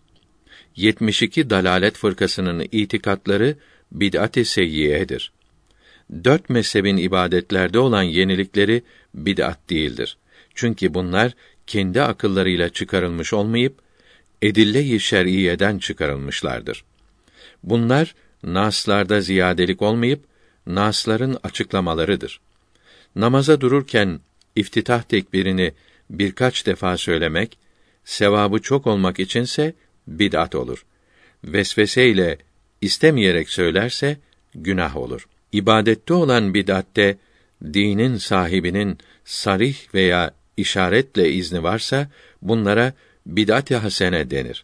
72 dalalet fırkasının itikatları bid'at-ı seyyiyedir. 4 mezhebin ibadetlerde olan yenilikleri bid'at değildir. Çünkü bunlar kendi akıllarıyla çıkarılmış olmayıp edille-i şer'iyeden çıkarılmışlardır. Bunlar naslarda ziyadelik olmayıp nasların açıklamalarıdır. Namaza dururken iftitah tekbirini birkaç defa söylemek, sevabı çok olmak içinse bid'at olur. Vesveseyle istemeyerek söylerse günah olur. İbadette olan bid'atte dinin sahibinin sarih veya işaretle izni varsa bunlara bid'at-ı hasene denir.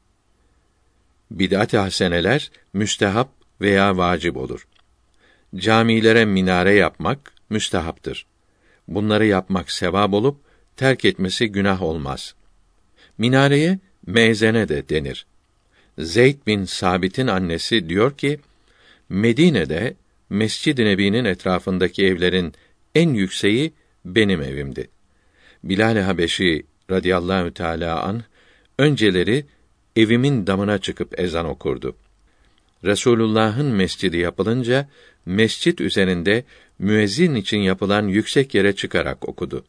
Bid'at-ı haseneler müstehap veya vacip olur. Camilere minare yapmak müstehaptır. Bunları yapmak sevap olup terk etmesi günah olmaz. Minareye mezene de denir. Zeyd bin Sabit'in annesi diyor ki, Medine'de Mescid-i Nebi'nin etrafındaki evlerin en yükseği benim evimdi. Bilal-i Habeşi radıyallahu teâlâ anh önceleri evimin damına çıkıp ezan okurdu. Resulullah'ın mescidi yapılınca mescit üzerinde müezzin için yapılan yüksek yere çıkarak okudu.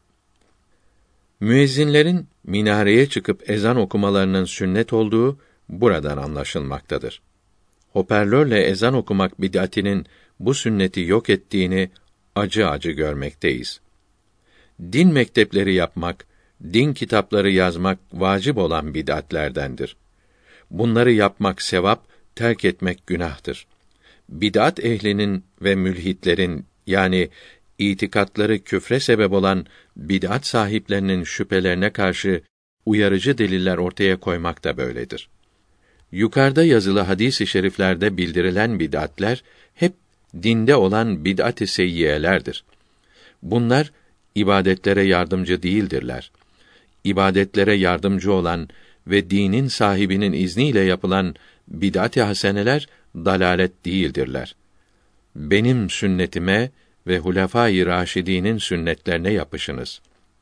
Müezzinlerin minareye çıkıp ezan okumalarının sünnet olduğu buradan anlaşılmaktadır. Hoparlörle ezan okumak bid'atinin bu sünneti yok ettiğini acı acı görmekteyiz. Din mektepleri yapmak, din kitapları yazmak vacip olan bid'atlerdendir. Bunları yapmak sevap, terk etmek günahtır. Bid'at ehlinin ve mülhitlerin yani itikatları küfre sebep olan bid'at sahiplerinin şüphelerine karşı uyarıcı deliller ortaya koymak da böyledir. Yukarıda yazılı hadis-i şeriflerde bildirilen bid'atler hep dinde olan bid'at-ı seyyiyelerdir. Bunlar ibadetlere yardımcı değildirler. İbadetlere yardımcı olan ve dinin sahibinin izniyle yapılan bid'at-ı haseneler dalalet değildirler. Benim sünnetime ve Hulefâ-i Raşidî'nin sünnetlerine yapışınız.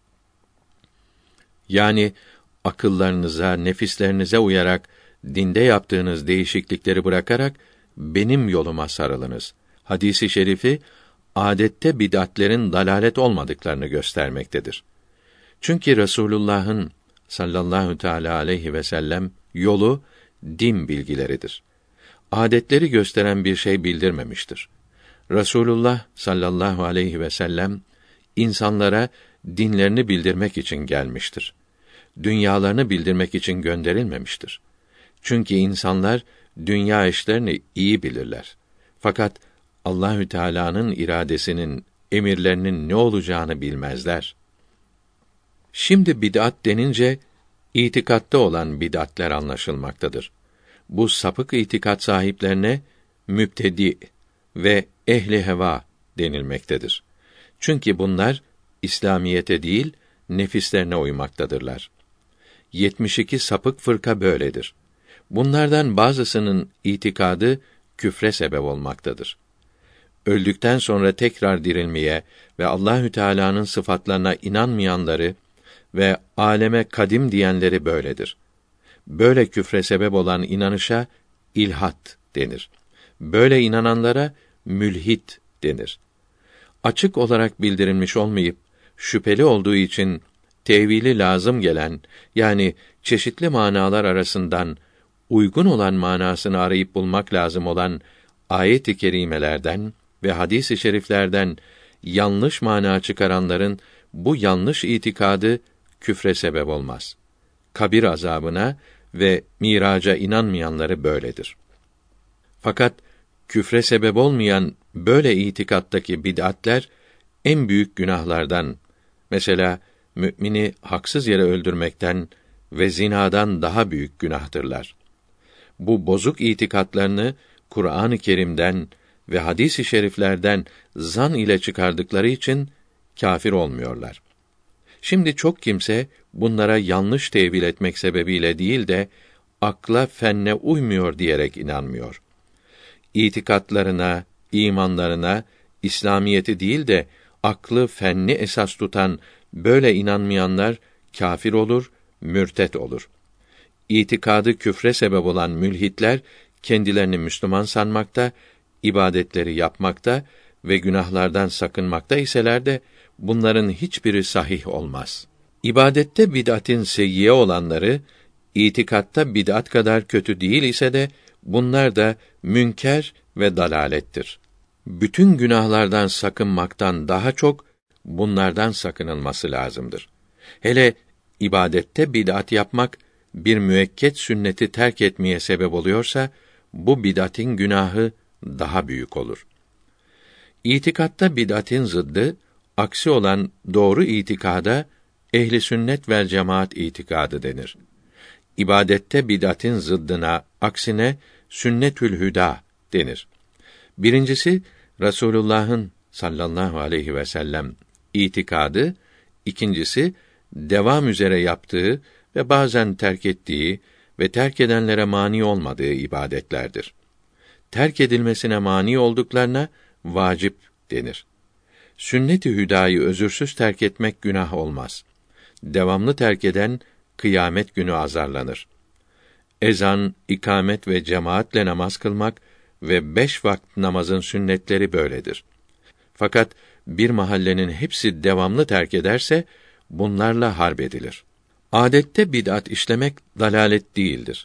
Yani akıllarınıza, nefislerinize uyarak dinde yaptığınız değişiklikleri bırakarak benim yoluma sarılınız. Hadisi şerifi adette bid'atlerin dalalet olmadıklarını göstermektedir. Çünkü Resulullah'ın sallallahu teâlâ aleyhi ve sellem yolu din bilgileridir. Adetleri gösteren bir şey bildirmemiştir. Resulullah sallallahu aleyhi ve sellem insanlara dinlerini bildirmek için gelmiştir. Dünyalarını bildirmek için gönderilmemiştir. Çünkü insanlar dünya işlerini iyi bilirler. Fakat Allahü Teala'nın iradesinin, emirlerinin ne olacağını bilmezler. Şimdi bid'at denince itikatta olan bid'atler anlaşılmaktadır. Bu sapık itikat sahiplerine mübtedi ve ehli heva denilmektedir. Çünkü bunlar İslamiyete değil, nefislerine uymaktadırlar. 72 sapık fırka böyledir. Bunlardan bazısının itikadı küfre sebep olmaktadır. Öldükten sonra tekrar dirilmeye ve Allahü Teala'nın sıfatlarına inanmayanları ve aleme kadim diyenleri böyledir. Böyle küfre sebep olan inanışa ilhat denir. Böyle inananlara mülhit denir. Açık olarak bildirilmiş olmayıp şüpheli olduğu için tevili lazım gelen, yani çeşitli manalar arasından uygun olan manasını arayıp bulmak lazım olan ayet-i kerimelerden ve hadis-i şeriflerden yanlış mana çıkaranların bu yanlış itikadı küfre sebep olmaz. Kabir azabına ve miraca inanmayanları böyledir. Fakat küfre sebep olmayan böyle itikattaki bid'atler en büyük günahlardan, mesela mümini haksız yere öldürmekten ve zinadan daha büyük günahtırlar. Bu bozuk itikatlarını Kur'an-ı Kerim'den ve hadis-i şeriflerden zan ile çıkardıkları için kâfir olmuyorlar. Şimdi çok kimse bunlara yanlış tevil etmek sebebiyle değil de akla, fenne uymuyor diyerek inanmıyor. İtikatlarına, imanlarına İslamiyeti değil de aklı, fenni esas tutan böyle inanmayanlar kâfir olur, mürtet olur. İtikadı küfre sebep olan mülhitler kendilerini Müslüman sanmakta, ibadetleri yapmakta ve günahlardan sakınmakta iseler de bunların hiçbiri sahih olmaz. İbadette bid'atin seyyiye olanları itikatta bid'at kadar kötü değil ise de bunlar da münker ve dalalettir. Bütün günahlardan sakınmaktan daha çok bunlardan sakınılması lazımdır. Hele ibadette bid'at yapmak bir müekket sünneti terk etmeye sebep oluyorsa bu bid'atin günahı daha büyük olur. İtikatta bid'atin zıddı, aksi olan doğru itikada ehli sünnet vel cemaat itikadı denir. İbadette bid'atin zıddına, aksine sünnetül hüda denir. Birincisi Resulullah'ın sallallahu aleyhi ve sellem itikadı, ikincisi devam üzere yaptığı ve bazen terk ettiği ve terk edenlere mani olmadığı ibadetlerdir. Terk edilmesine mani olduklarına vacip denir. Sünnet-i hüdayı özürsüz terk etmek günah olmaz. Devamlı terk eden kıyamet günü azarlanır. Ezan, ikamet ve cemaatle namaz kılmak ve 5 vakit namazın sünnetleri böyledir. Fakat bir mahallenin hepsi devamlı terk ederse bunlarla harp edilir. Adette bid'at işlemek dalalet değildir.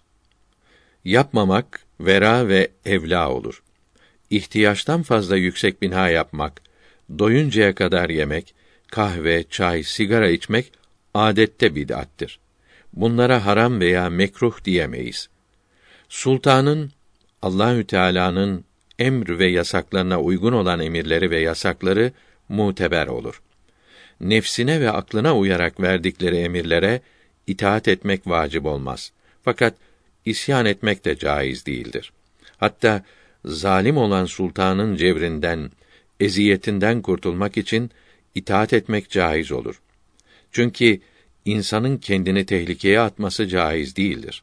Yapmamak vera ve evla olur. İhtiyaçtan fazla yüksek bina yapmak, doyuncaya kadar yemek, kahve, çay, sigara içmek adette bid'attir. Bunlara haram veya mekruh diyemeyiz. Sultanın Allahü Teala'nın emr ve yasaklarına uygun olan emirleri ve yasakları muteber olur. Nefsine ve aklına uyarak verdikleri emirlere itaat etmek vacip olmaz. Fakat isyan etmek de caiz değildir. Hatta zalim olan sultanın cevrinden, eziyetinden kurtulmak için itaat etmek caiz olur. Çünkü insanın kendini tehlikeye atması caiz değildir.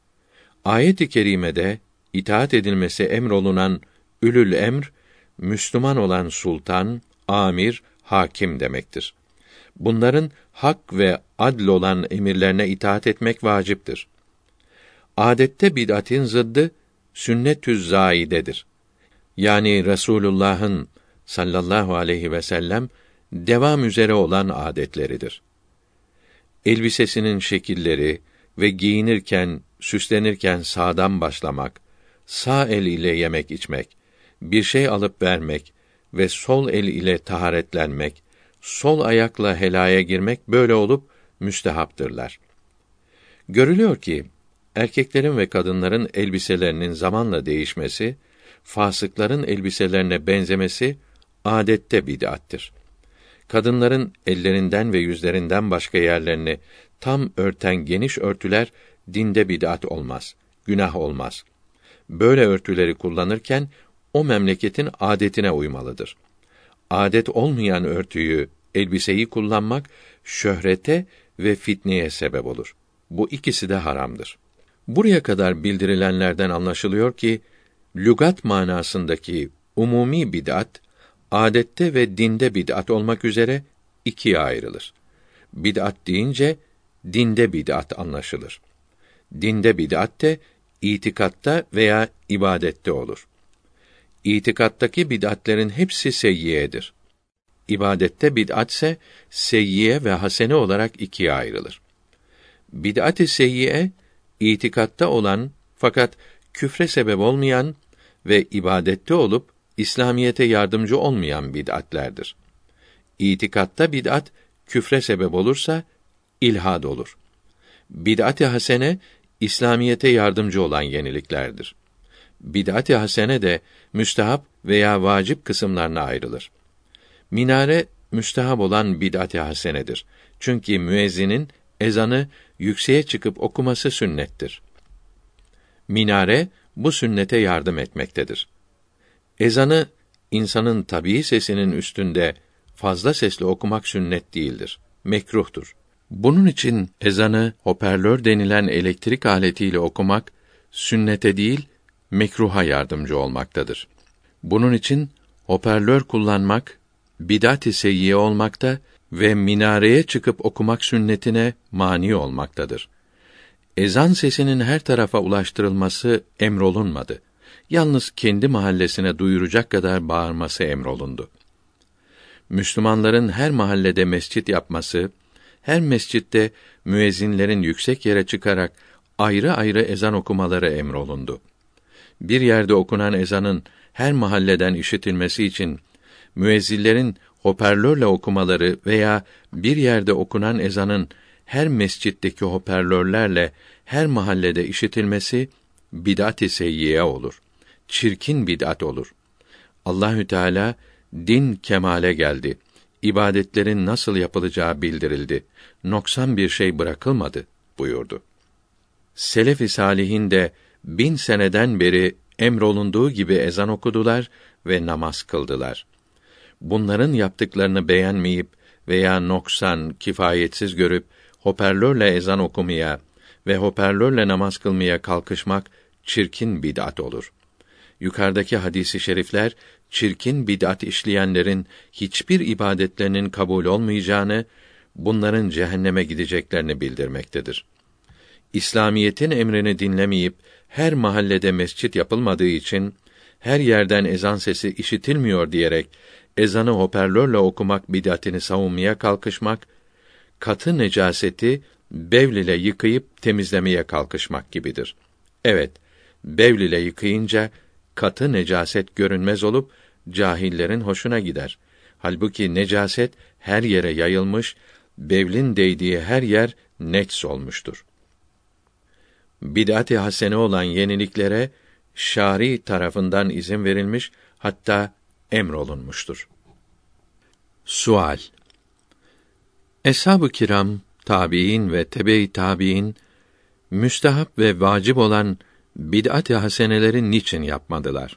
Ayet-i kerimede itaat edilmesi emrolunan ülül emr, Müslüman olan sultan, amir, hakim demektir. Bunların hak ve adl olan emirlerine itaat etmek vaciptir. Adette bid'atin zıddı sünnetüz zâidedir. Yani Resulullah'ın sallallahu aleyhi ve sellem devam üzere olan adetleridir. Elbisesinin şekilleri ve giyinirken, süslenirken sağdan başlamak, sağ el ile yemek içmek, bir şey alıp vermek ve sol el ile taharetlenmek, sol ayakla helaya girmek böyle olup müstehaptırlar. Görülüyor ki erkeklerin ve kadınların elbiselerinin zamanla değişmesi, fasıkların elbiselerine benzemesi adette bid'attir. Kadınların ellerinden ve yüzlerinden başka yerlerini tam örten geniş örtüler dinde bid'at olmaz, günah olmaz. Böyle örtüleri kullanırken o memleketin adetine uymalıdır. Adet olmayan örtüyü, elbiseyi kullanmak şöhrete ve fitneye sebep olur. Bu ikisi de haramdır. Buraya kadar bildirilenlerden anlaşılıyor ki lügat manasındaki umumi bid'at adette ve dinde bid'at olmak üzere ikiye ayrılır. Bid'at deyince dinde bid'at anlaşılır. Dinde bid'at de itikatta veya ibadette olur. İtikattaki bid'atlerin hepsi seyyiyedir. İbadette bid'atse seyyiye ve hasene olarak ikiye ayrılır. Bid'at-ı seyyiye itikatta olan fakat küfre sebep olmayan ve ibadette olup İslamiyete yardımcı olmayan bid'atlerdir. İtikatta bid'at küfre sebep olursa ilhad olur. Bid'at-ı hasene İslamiyete yardımcı olan yeniliklerdir. Bid'at-ı hasene de müstehap veya vacip kısımlarına ayrılır. Minare müstehap olan bid'at-ı hasenedir. Çünkü müezzinin ezanı yükseğe çıkıp okuması sünnettir. Minare bu sünnete yardım etmektedir. Ezanı insanın tabii sesinin üstünde fazla sesli okumak sünnet değildir. Mekruhtur. Bunun için ezanı hoparlör denilen elektrik aletiyle okumak sünnete değil mekruha yardımcı olmaktadır. Bunun için hoparlör kullanmak bid'at-ı seyyiye olmakta ve minareye çıkıp okumak sünnetine mani olmaktadır. Ezan sesinin her tarafa ulaştırılması emrolunmadı. Yalnız kendi mahallesine duyuracak kadar bağırması emrolundu. Müslümanların her mahallede mescit yapması, her mescitte müezzinlerin yüksek yere çıkarak ayrı ayrı ezan okumaları emrolundu. Bir yerde okunan ezanın her mahalleden işitilmesi için müezzinlerin hoparlörle okumaları veya bir yerde okunan ezanın her mescitteki hoparlörlerle her mahallede işitilmesi bid'at-ı seyyiye olur. Çirkin bid'at olur. Allahü Teala din kemale geldi. İbadetlerin nasıl yapılacağı bildirildi. Noksan bir şey bırakılmadı buyurdu. Selef-i salihin de 1000 seneden beri emrolunduğu gibi ezan okudular ve namaz kıldılar. Bunların yaptıklarını beğenmeyip veya noksan, kifayetsiz görüp hoparlörle ezan okumaya ve hoparlörle namaz kılmaya kalkışmak çirkin bid'at olur. Yukarıdaki hadis-i şerifler çirkin bid'at işleyenlerin hiçbir ibadetlerinin kabul olmayacağını, bunların cehenneme gideceklerini bildirmektedir. İslamiyetin emrini dinlemeyip her mahallede mescit yapılmadığı için her yerden ezan sesi işitilmiyor diyerek ezanı hoparlörle okumak bid'atini savunmaya kalkışmak, katı necaseti bevl ile yıkayıp temizlemeye kalkışmak gibidir. Evet, bevl ile yıkayınca katı necaset görünmez olup cahillerin hoşuna gider. Halbuki necaset her yere yayılmış, bevlin değdiği her yer neks olmuştur. Bid'at-ı hasene olan yeniliklere şari tarafından izin verilmiş, hatta emrolunmuştur. Sual: Eshab-ı kiram, tabiin ve tebe-i tabiin müstehap ve vacip olan bid'at-ı haseneleri niçin yapmadılar?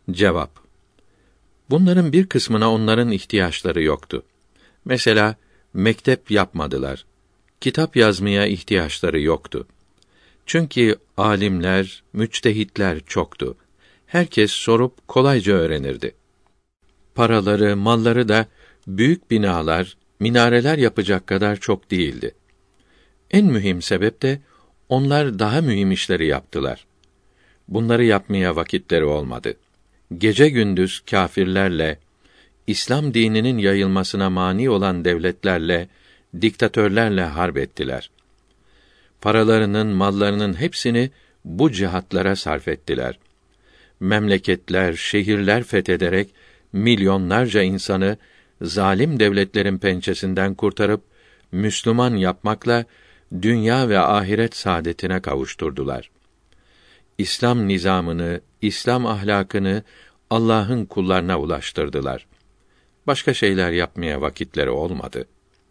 Cevap: Bunların bir kısmına onların ihtiyaçları yoktu. Mesela mektep yapmadılar. Kitap yazmaya ihtiyaçları yoktu. Çünkü alimler, müçtehitler çoktu. Herkes sorup kolayca öğrenirdi. Paraları, malları da büyük binalar, minareler yapacak kadar çok değildi. En mühim sebep de onlar daha mühim işleri yaptılar. Bunları yapmaya vakitleri olmadı. Gece gündüz kâfirlerle, İslam dininin yayılmasına mani olan devletlerle, diktatörlerle harp ettiler. Paralarının, mallarının hepsini bu cihatlara sarf ettiler. Memleketler, şehirler fethederek milyonlarca insanı zalim devletlerin pençesinden kurtarıp Müslüman yapmakla dünya ve ahiret saadetine kavuşturdular. İslam nizamını, İslam ahlakını Allah'ın kullarına ulaştırdılar. Başka şeyler yapmaya vakitleri olmadı.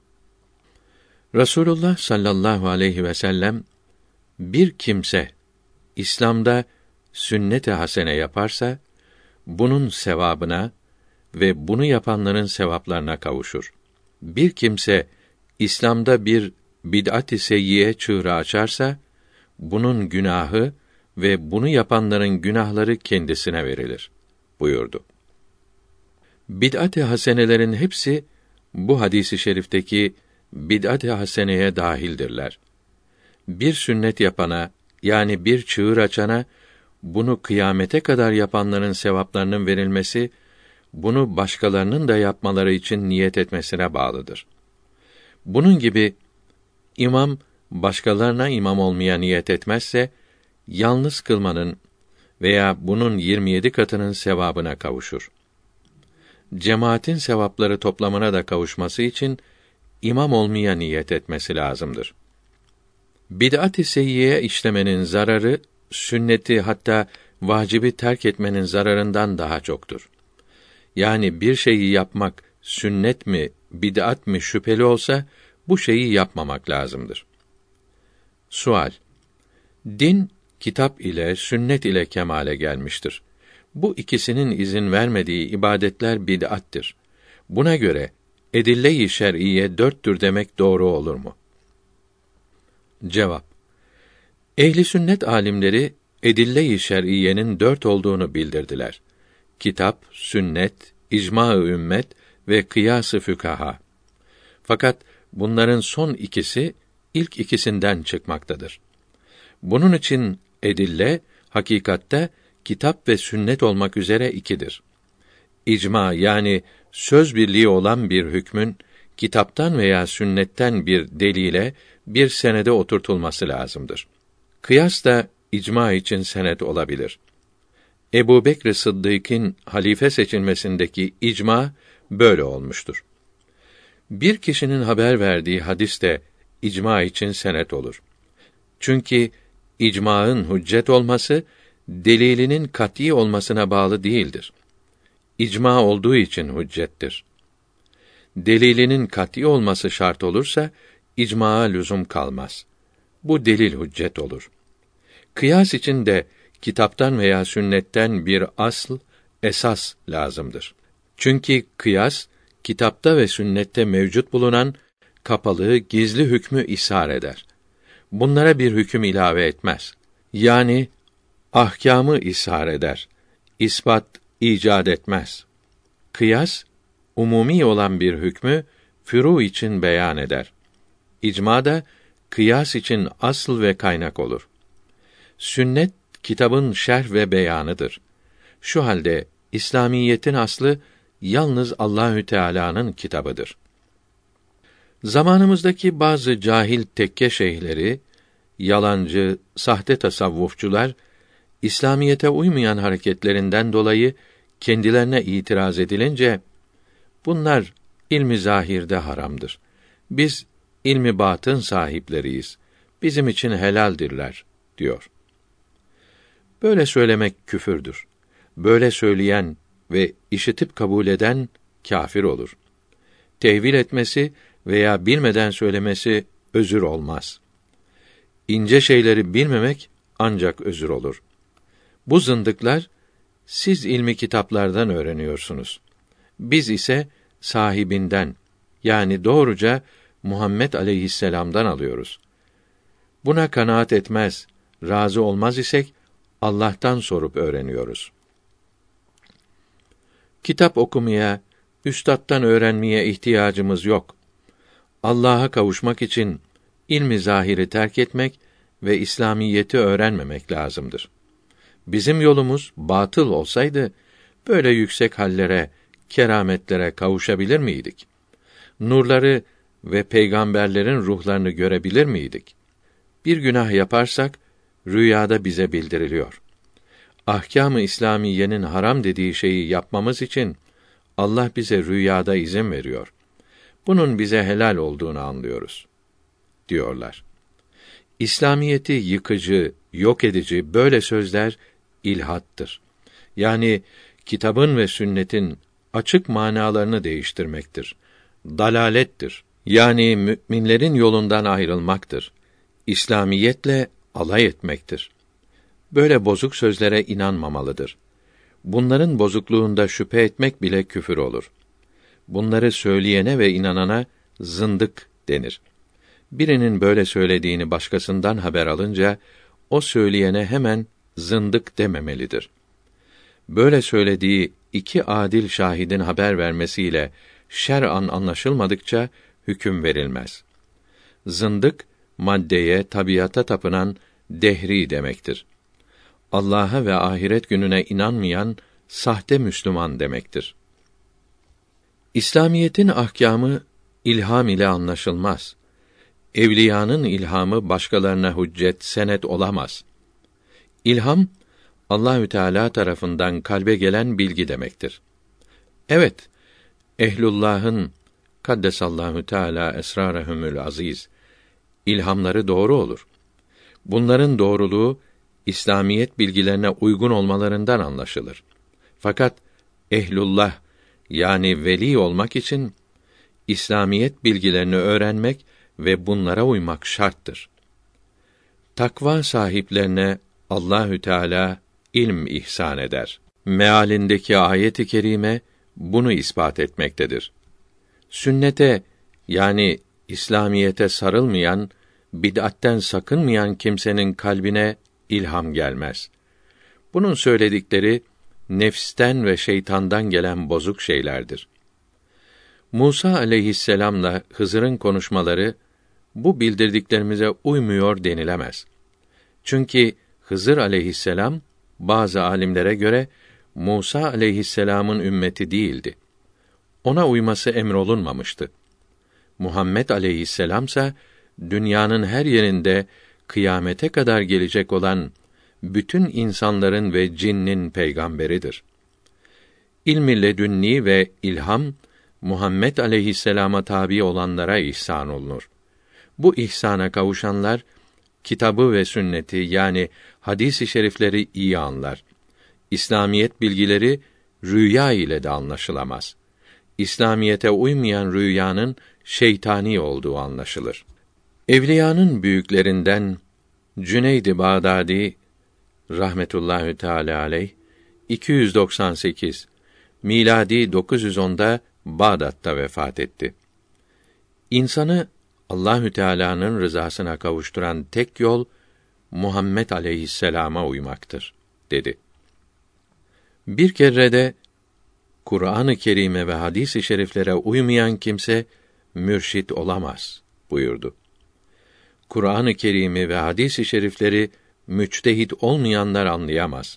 Resulullah sallallahu aleyhi ve sellem, bir kimse İslam'da sünnet-i hasene yaparsa, bunun sevabına ve bunu yapanların sevaplarına kavuşur. Bir kimse İslam'da bir bid'at-i seyyiye çığırı açarsa, bunun günahı ve bunu yapanların günahları kendisine verilir buyurdu. Bid'at-ı hasenelerin hepsi bu hadisi şerifteki bid'at-ı haseneye dahildirler. Bir sünnet yapana, yani bir çığır açana, bunu kıyamete kadar yapanların sevaplarının verilmesi, bunu başkalarının da yapmaları için niyet etmesine bağlıdır. Bunun gibi, imam, başkalarına imam olmaya niyet etmezse, yalnız kılmanın veya bunun 27 katının sevabına kavuşur. Cemaatin sevapları toplamına da kavuşması için, imam olmaya niyet etmesi lazımdır. Bid'at-ı seyyiye işlemenin zararı, sünneti hatta vacibi terk etmenin zararından daha çoktur. Yani bir şeyi yapmak sünnet mi, bid'at mi şüpheli olsa, bu şeyi yapmamak lazımdır. Sual: Din, kitap ile, sünnet ile kemale gelmiştir. Bu ikisinin izin vermediği ibadetler bid'attir. Buna göre, edille-i şer'iye 4'tür demek doğru olur mu? Cevap: Ehli sünnet alimleri edille-i şer'iyenin 4 olduğunu bildirdiler. Kitap, sünnet, icma-ı ümmet ve kıyas-ı fükaha. Fakat bunların son ikisi ilk ikisinden çıkmaktadır. Bunun için edille hakikatte kitap ve sünnet olmak üzere ikidir. İcma, yani söz birliği olan bir hükmün kitaptan veya sünnetten bir delile, bir senede oturtulması lazımdır. Kıyas da icma için senet olabilir. Ebu Bekr Sıddık'ın halife seçilmesindeki icma böyle olmuştur. Bir kişinin haber verdiği hadis de icma için senet olur. Çünkü icma'ın hüccet olması delilinin kat'î olmasına bağlı değildir. İcma olduğu için hüccettir. Delilinin kat'î olması şart olursa icma'a lüzum kalmaz. Bu delil hüccet olur. Kıyas için de kitaptan veya sünnetten bir asl, esas lazımdır. Çünkü kıyas kitapta ve sünnette mevcut bulunan kapalı, gizli hükmü ishar eder. Bunlara bir hüküm ilave etmez. Yani ahkâmı ishar eder. İspat icat etmez. Kıyas umumi olan bir hükmü furu için beyan eder. İcma da kıyas için asıl ve kaynak olur. Sünnet kitabın şerh ve beyanıdır. Şu halde İslamiyetin aslı yalnız Allahü Teala'nın kitabıdır. Zamanımızdaki bazı cahil tekke şeyhleri, yalancı, sahte tasavvufçular, İslamiyete uymayan hareketlerinden dolayı kendilerine itiraz edilince, bunlar ilmi zahirde haramdır. Biz ilmi batın sahipleriyiz. Bizim için helaldirler diyor. Böyle söylemek küfürdür. Böyle söyleyen ve işitip kabul eden kâfir olur. Tevil etmesi veya bilmeden söylemesi özür olmaz. İnce şeyleri bilmemek ancak özür olur. Bu zındıklar, siz ilmi kitaplardan öğreniyorsunuz. Biz ise sahibinden, Yani doğruca Muhammed aleyhisselam'dan alıyoruz. Buna kanaat etmez, razı olmaz isek Allah'tan sorup öğreniyoruz. Kitap okumaya, üstattan öğrenmeye ihtiyacımız yok. Allah'a kavuşmak için ilmi zahiri terk etmek ve İslamiyeti öğrenmemek lazımdır. Bizim yolumuz batıl olsaydı böyle yüksek hallere, kerametlere kavuşabilir miydik? Nurları ve peygamberlerin ruhlarını görebilir miydik? Bir günah yaparsak rüyada bize bildiriliyor. Ahkâm-ı İslamiyenin haram dediği şeyi yapmamız için Allah bize rüyada izin veriyor. Bunun bize helal olduğunu anlıyoruz, diyorlar. İslamiyeti yıkıcı, yok edici böyle sözler ilhattır. Yani kitabın ve sünnetin açık manalarını değiştirmektir. Dalalettir. Yani müminlerin yolundan ayrılmaktır. İslamiyetle alay etmektir. Böyle bozuk sözlere inanmamalıdır. Bunların bozukluğunda şüphe etmek bile küfür olur. Bunları söyleyene ve inanana zındık denir. Birinin böyle söylediğini başkasından haber alınca o söyleyene hemen zındık dememelidir. Böyle söylediği iki adil şahidin haber vermesiyle şer'an anlaşılmadıkça hüküm verilmez. Zındık maddeye, tabiata tapınan dehri demektir. Allah'a ve ahiret gününe inanmayan sahte Müslüman demektir. İslamiyetin ahkâmı ilham ile anlaşılmaz. Evliyanın ilhamı başkalarına hüccet, senet olamaz. İlham Allahü Teala tarafından kalbe gelen bilgi demektir. Evet, ehlullah'ın kaddesallahu teala esrarehumül aziz ilhamları doğru olur. Bunların doğruluğu İslamiyet bilgilerine uygun olmalarından anlaşılır. Fakat ehlullah yani veli olmak için İslamiyet bilgilerini öğrenmek ve bunlara uymak şarttır. Takva sahiplerine Allahü Teala ilm ihsan eder. Mealindeki ayet-i kerime bunu ispat etmektedir. Sünnete yani İslamiyete sarılmayan, bid'atten sakınmayan kimsenin kalbine ilham gelmez. Bunun söyledikleri nefsten ve şeytandan gelen bozuk şeylerdir. Musa aleyhisselamla Hızır'ın konuşmaları bu bildirdiklerimize uymuyor denilemez. Çünkü Hızır aleyhisselam bazı alimlere göre Musa aleyhisselamın ümmeti değildi. Ona uyması emrolunmamıştı. Muhammed aleyhisselamsa dünyanın her yerinde kıyamete kadar gelecek olan bütün insanların ve cinnin peygamberidir. İlm-i ledünni ve ilham Muhammed aleyhisselama tabi olanlara ihsan olunur. Bu ihsana kavuşanlar kitabı ve sünneti yani hadis-i şerifleri iyi anlar. İslamiyet bilgileri rüya ile de anlaşılamaz. İslamiyete uymayan rüyanın şeytani olduğu anlaşılır. Evliyanın büyüklerinden Cüneyd-i Bağdadi rahmetullahi teala aleyh 298 miladi 910'da Bağdat'ta vefat etti. İnsanı Allahü Teala'nın rızasına kavuşturan tek yol Muhammed aleyhisselama uymaktır dedi. Bir kere de Kur'an-ı Kerim'e ve hadis-i şeriflere uymayan kimse mürşit olamaz buyurdu. Kur'an-ı Kerim'i ve hadis-i şerifleri müçtehit olmayanlar anlayamaz.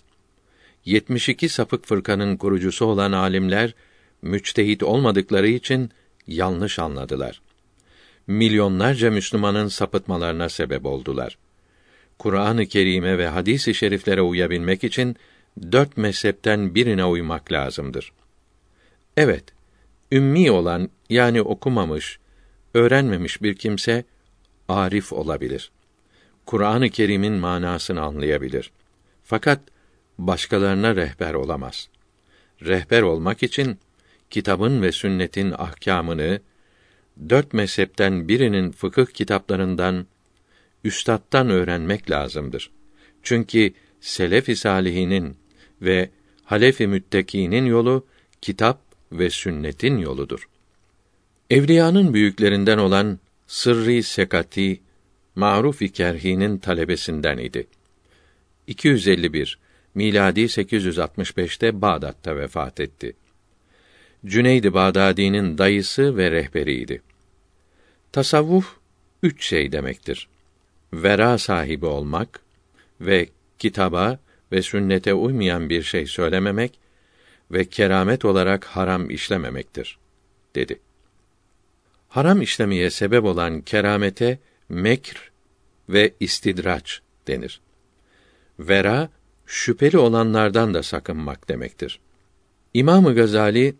72 sapık fırkanın kurucusu olan alimler müçtehit olmadıkları için yanlış anladılar. Milyonlarca Müslümanın sapıtmalarına sebep oldular. Kur'an-ı Kerim'e ve hadis-i şeriflere uyabilmek için 4 mezhepten birine uymak lazımdır. Evet, ümmi olan yani okumamış, öğrenmemiş bir kimse arif olabilir. Kur'an-ı Kerim'in manasını anlayabilir. Fakat başkalarına rehber olamaz. Rehber olmak için kitabın ve sünnetin ahkâmını 4 mezhepten birinin fıkıh kitaplarından üstattan öğrenmek lazımdır. Çünkü selef-i salihinin ve halef-i müttekînin yolu kitap ve sünnetin yoludur. Evliyanın büyüklerinden olan Sırrî Sekati, Ma'ruf-i Kerhi'nin talebesinden idi. 251 miladi 865'te Bağdat'ta vefat etti. Cüneyd-i Bağdadi'nin dayısı ve rehberiydi. Tasavvuf 3 şey demektir: vera sahibi olmak ve kitaba ve sünnete uymayan bir şey söylememek ve keramet olarak haram işlememektir, dedi. Haram işlemeye sebep olan keramete mekr ve istidraç denir. Vera, şüpheli olanlardan da sakınmak demektir. İmam-ı Gazali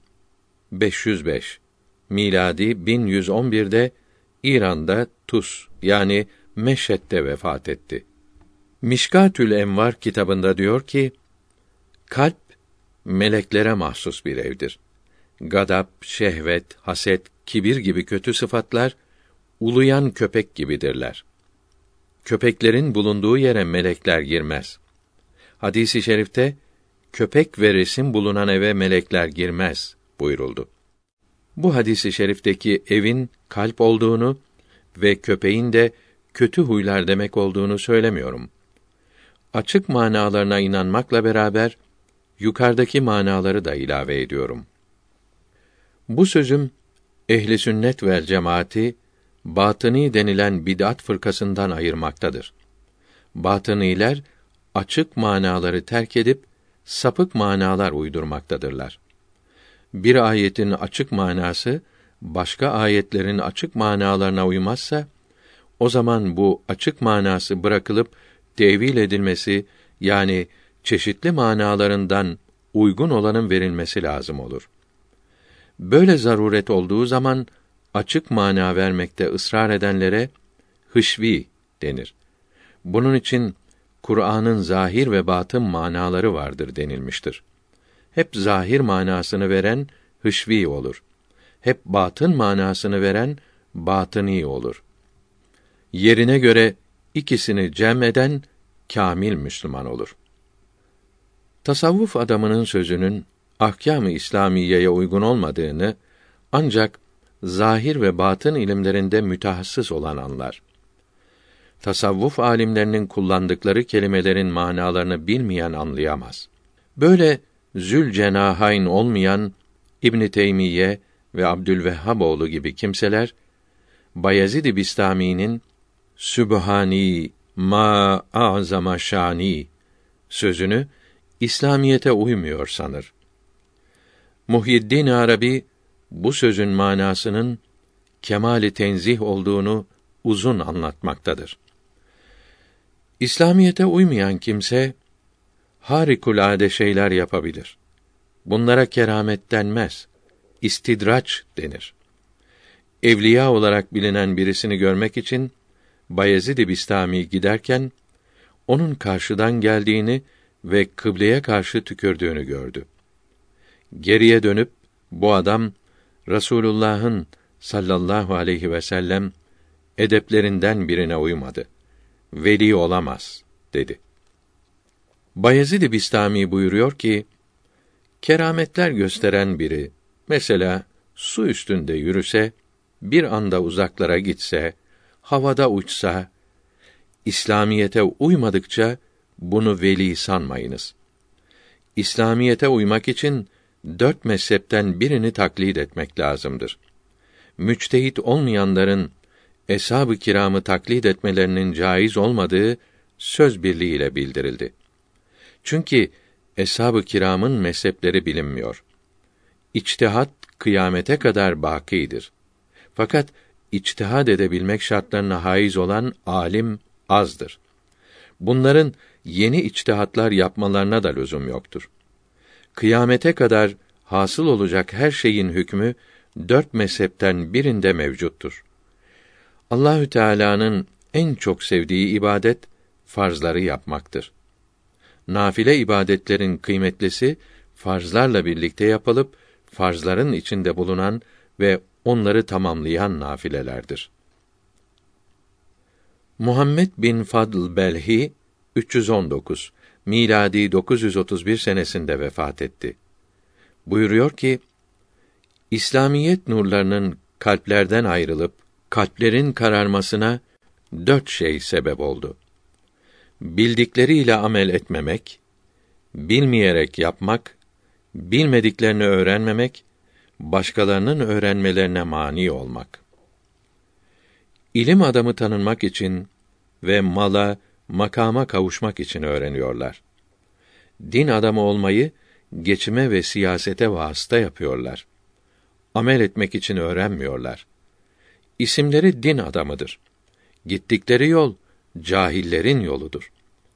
505 miladi 1111'de İran'da Tus yani Meşhed'de vefat etti. Mişkatül Envar kitabında diyor ki, kalp meleklere mahsus bir evdir. Gadap, şehvet, haset, kibir gibi kötü sıfatlar uluyan köpek gibidirler. Köpeklerin bulunduğu yere melekler girmez. Hadis-i şerifte köpek ve resim bulunan eve melekler girmez buyuruldu. Bu hadis-i şerifteki evin kalp olduğunu ve köpeğin de kötü huylar demek olduğunu söylemiyorum. Açık manalarına inanmakla beraber yukarıdaki manaları da ilave ediyorum. Bu sözüm ehli sünnet vel cemaati batını denilen bid'at fırkasından ayırmaktadır. Batıniler açık manaları terk edip sapık manalar uydurmaktadırlar. Bir ayetin açık manası başka ayetlerin açık manalarına uymazsa, o zaman bu açık manası bırakılıp tevil edilmesi, yani çeşitli manalarından uygun olanın verilmesi lazım olur. Böyle zaruret olduğu zaman açık mana vermekte ısrar edenlere hışvi denir. Bunun için Kur'an'ın zahir ve batın manaları vardır denilmiştir. Hep zahir manasını veren hışvi olur. Hep batın manasını veren batıni olur. Yerine göre ikisini cem eden kâmil Müslüman olur. Tasavvuf adamının sözünün ahkâm-ı İslamiyeye uygun olmadığını ancak zahir ve batın ilimlerinde mütehassıs olan anlar. Tasavvuf alimlerinin kullandıkları kelimelerin manalarını bilmeyen anlayamaz. Böyle zülcenahayn olmayan İbn Teymiye ve Abdülvehhaboğlu gibi kimseler Bayezid-i Bistami'nin Sübhani ma a'zama şani sözünü İslamiyete uymuyor sanır. Muhyiddin Arabi bu sözün manasının kemali tenzih olduğunu uzun anlatmaktadır. İslamiyete uymayan kimse harikulade şeyler yapabilir. Bunlara keramet denmez, istidraç denir. Evliya olarak bilinen birisini görmek için Bayezid-i Bistami giderken onun karşıdan geldiğini ve kıbleye karşı tükürdüğünü gördü. Geriye dönüp bu adam Rasulullah'ın sallallahu aleyhi ve sellem edeplerinden birine uymadı. Veli olamaz dedi. Bayezid-i Bistami buyuruyor ki, kerametler gösteren biri, mesela su üstünde yürüse, bir anda uzaklara gitse, havada uçsa, İslamiyete uymadıkça bunu veli sanmayınız. İslamiyete uymak için 4 mezhepten birini taklit etmek lazımdır. Müçtehit olmayanların eshab-ı kiramı taklit etmelerinin caiz olmadığı söz birliğiyle bildirildi. Çünkü eshab-ı kiramın mezhepleri bilinmiyor. İçtihat kıyamete kadar bâkîdir. Fakat içtihad edebilmek şartlarına haiz olan alim azdır. Bunların yeni içtihatlar yapmalarına da lüzum yoktur. Kıyamete kadar hasıl olacak her şeyin hükmü 4 mezhepten birinde mevcuttur. Allahü Teala'nın en çok sevdiği ibadet farzları yapmaktır. Nafile ibadetlerin kıymetlisi farzlarla birlikte yapılıp farzların içinde bulunan ve onları tamamlayan nafilelerdir. Muhammed bin Fadl Belhi 319 miladi 931 senesinde vefat etti. Buyuruyor ki, İslamiyet nurlarının kalplerden ayrılıp kalplerin kararmasına 4 şey sebep oldu. Bildikleriyle amel etmemek, bilmeyerek yapmak, bilmediklerini öğrenmemek, başkalarının öğrenmelerine mani olmak. İlim adamı tanınmak için ve mala, makama kavuşmak için öğreniyorlar. Din adamı olmayı geçime ve siyasete vasıta yapıyorlar. Amel etmek için öğrenmiyorlar. İsimleri din adamıdır. Gittikleri yol cahillerin yoludur.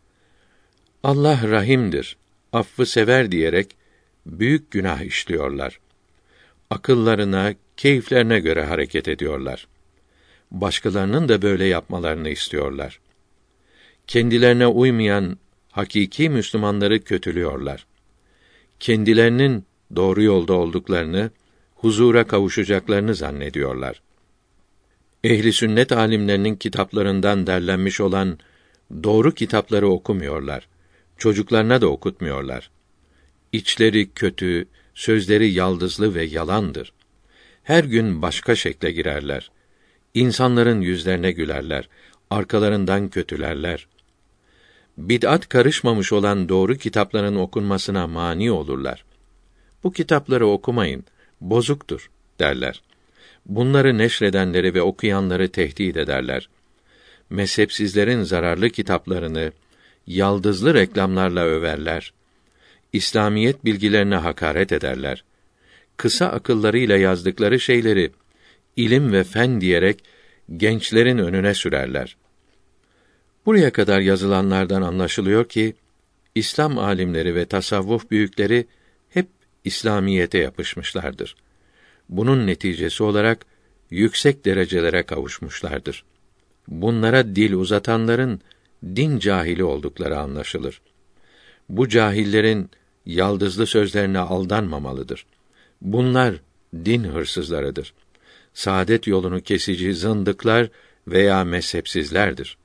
Allah rahimdir, affı sever diyerek büyük günah işliyorlar. Akıllarına, keyiflerine göre hareket ediyorlar. Başkalarının da böyle yapmalarını istiyorlar. Kendilerine uymayan hakiki Müslümanları kötülüyorlar. Kendilerinin doğru yolda olduklarını, huzura kavuşacaklarını zannediyorlar. Ehli sünnet alimlerinin kitaplarından derlenmiş olan doğru kitapları okumuyorlar. Çocuklarına da okutmuyorlar. İçleri kötü, sözleri yaldızlı ve yalandır. Her gün başka şekle girerler. İnsanların yüzlerine gülerler, arkalarından kötülerler. Bid'at karışmamış olan doğru kitapların okunmasına mani olurlar. Bu kitapları okumayın, bozuktur derler. Bunları neşredenleri ve okuyanları tehdit ederler. Mezhepsizlerin zararlı kitaplarını yaldızlı reklamlarla överler. İslamiyet bilgilerine hakaret ederler. Kısa akıllarıyla yazdıkları şeyleri ilim ve fen diyerek gençlerin önüne sürerler. Buraya kadar yazılanlardan anlaşılıyor ki İslam alimleri ve tasavvuf büyükleri hep İslamiyete yapışmışlardır. Bunun neticesi olarak yüksek derecelere kavuşmuşlardır. Bunlara dil uzatanların din cahili oldukları anlaşılır. Bu cahillerin yaldızlı sözlerine aldanmamalıdır. Bunlar din hırsızlarıdır. Saadet yolunu kesici zındıklar veya mezhepsizlerdir.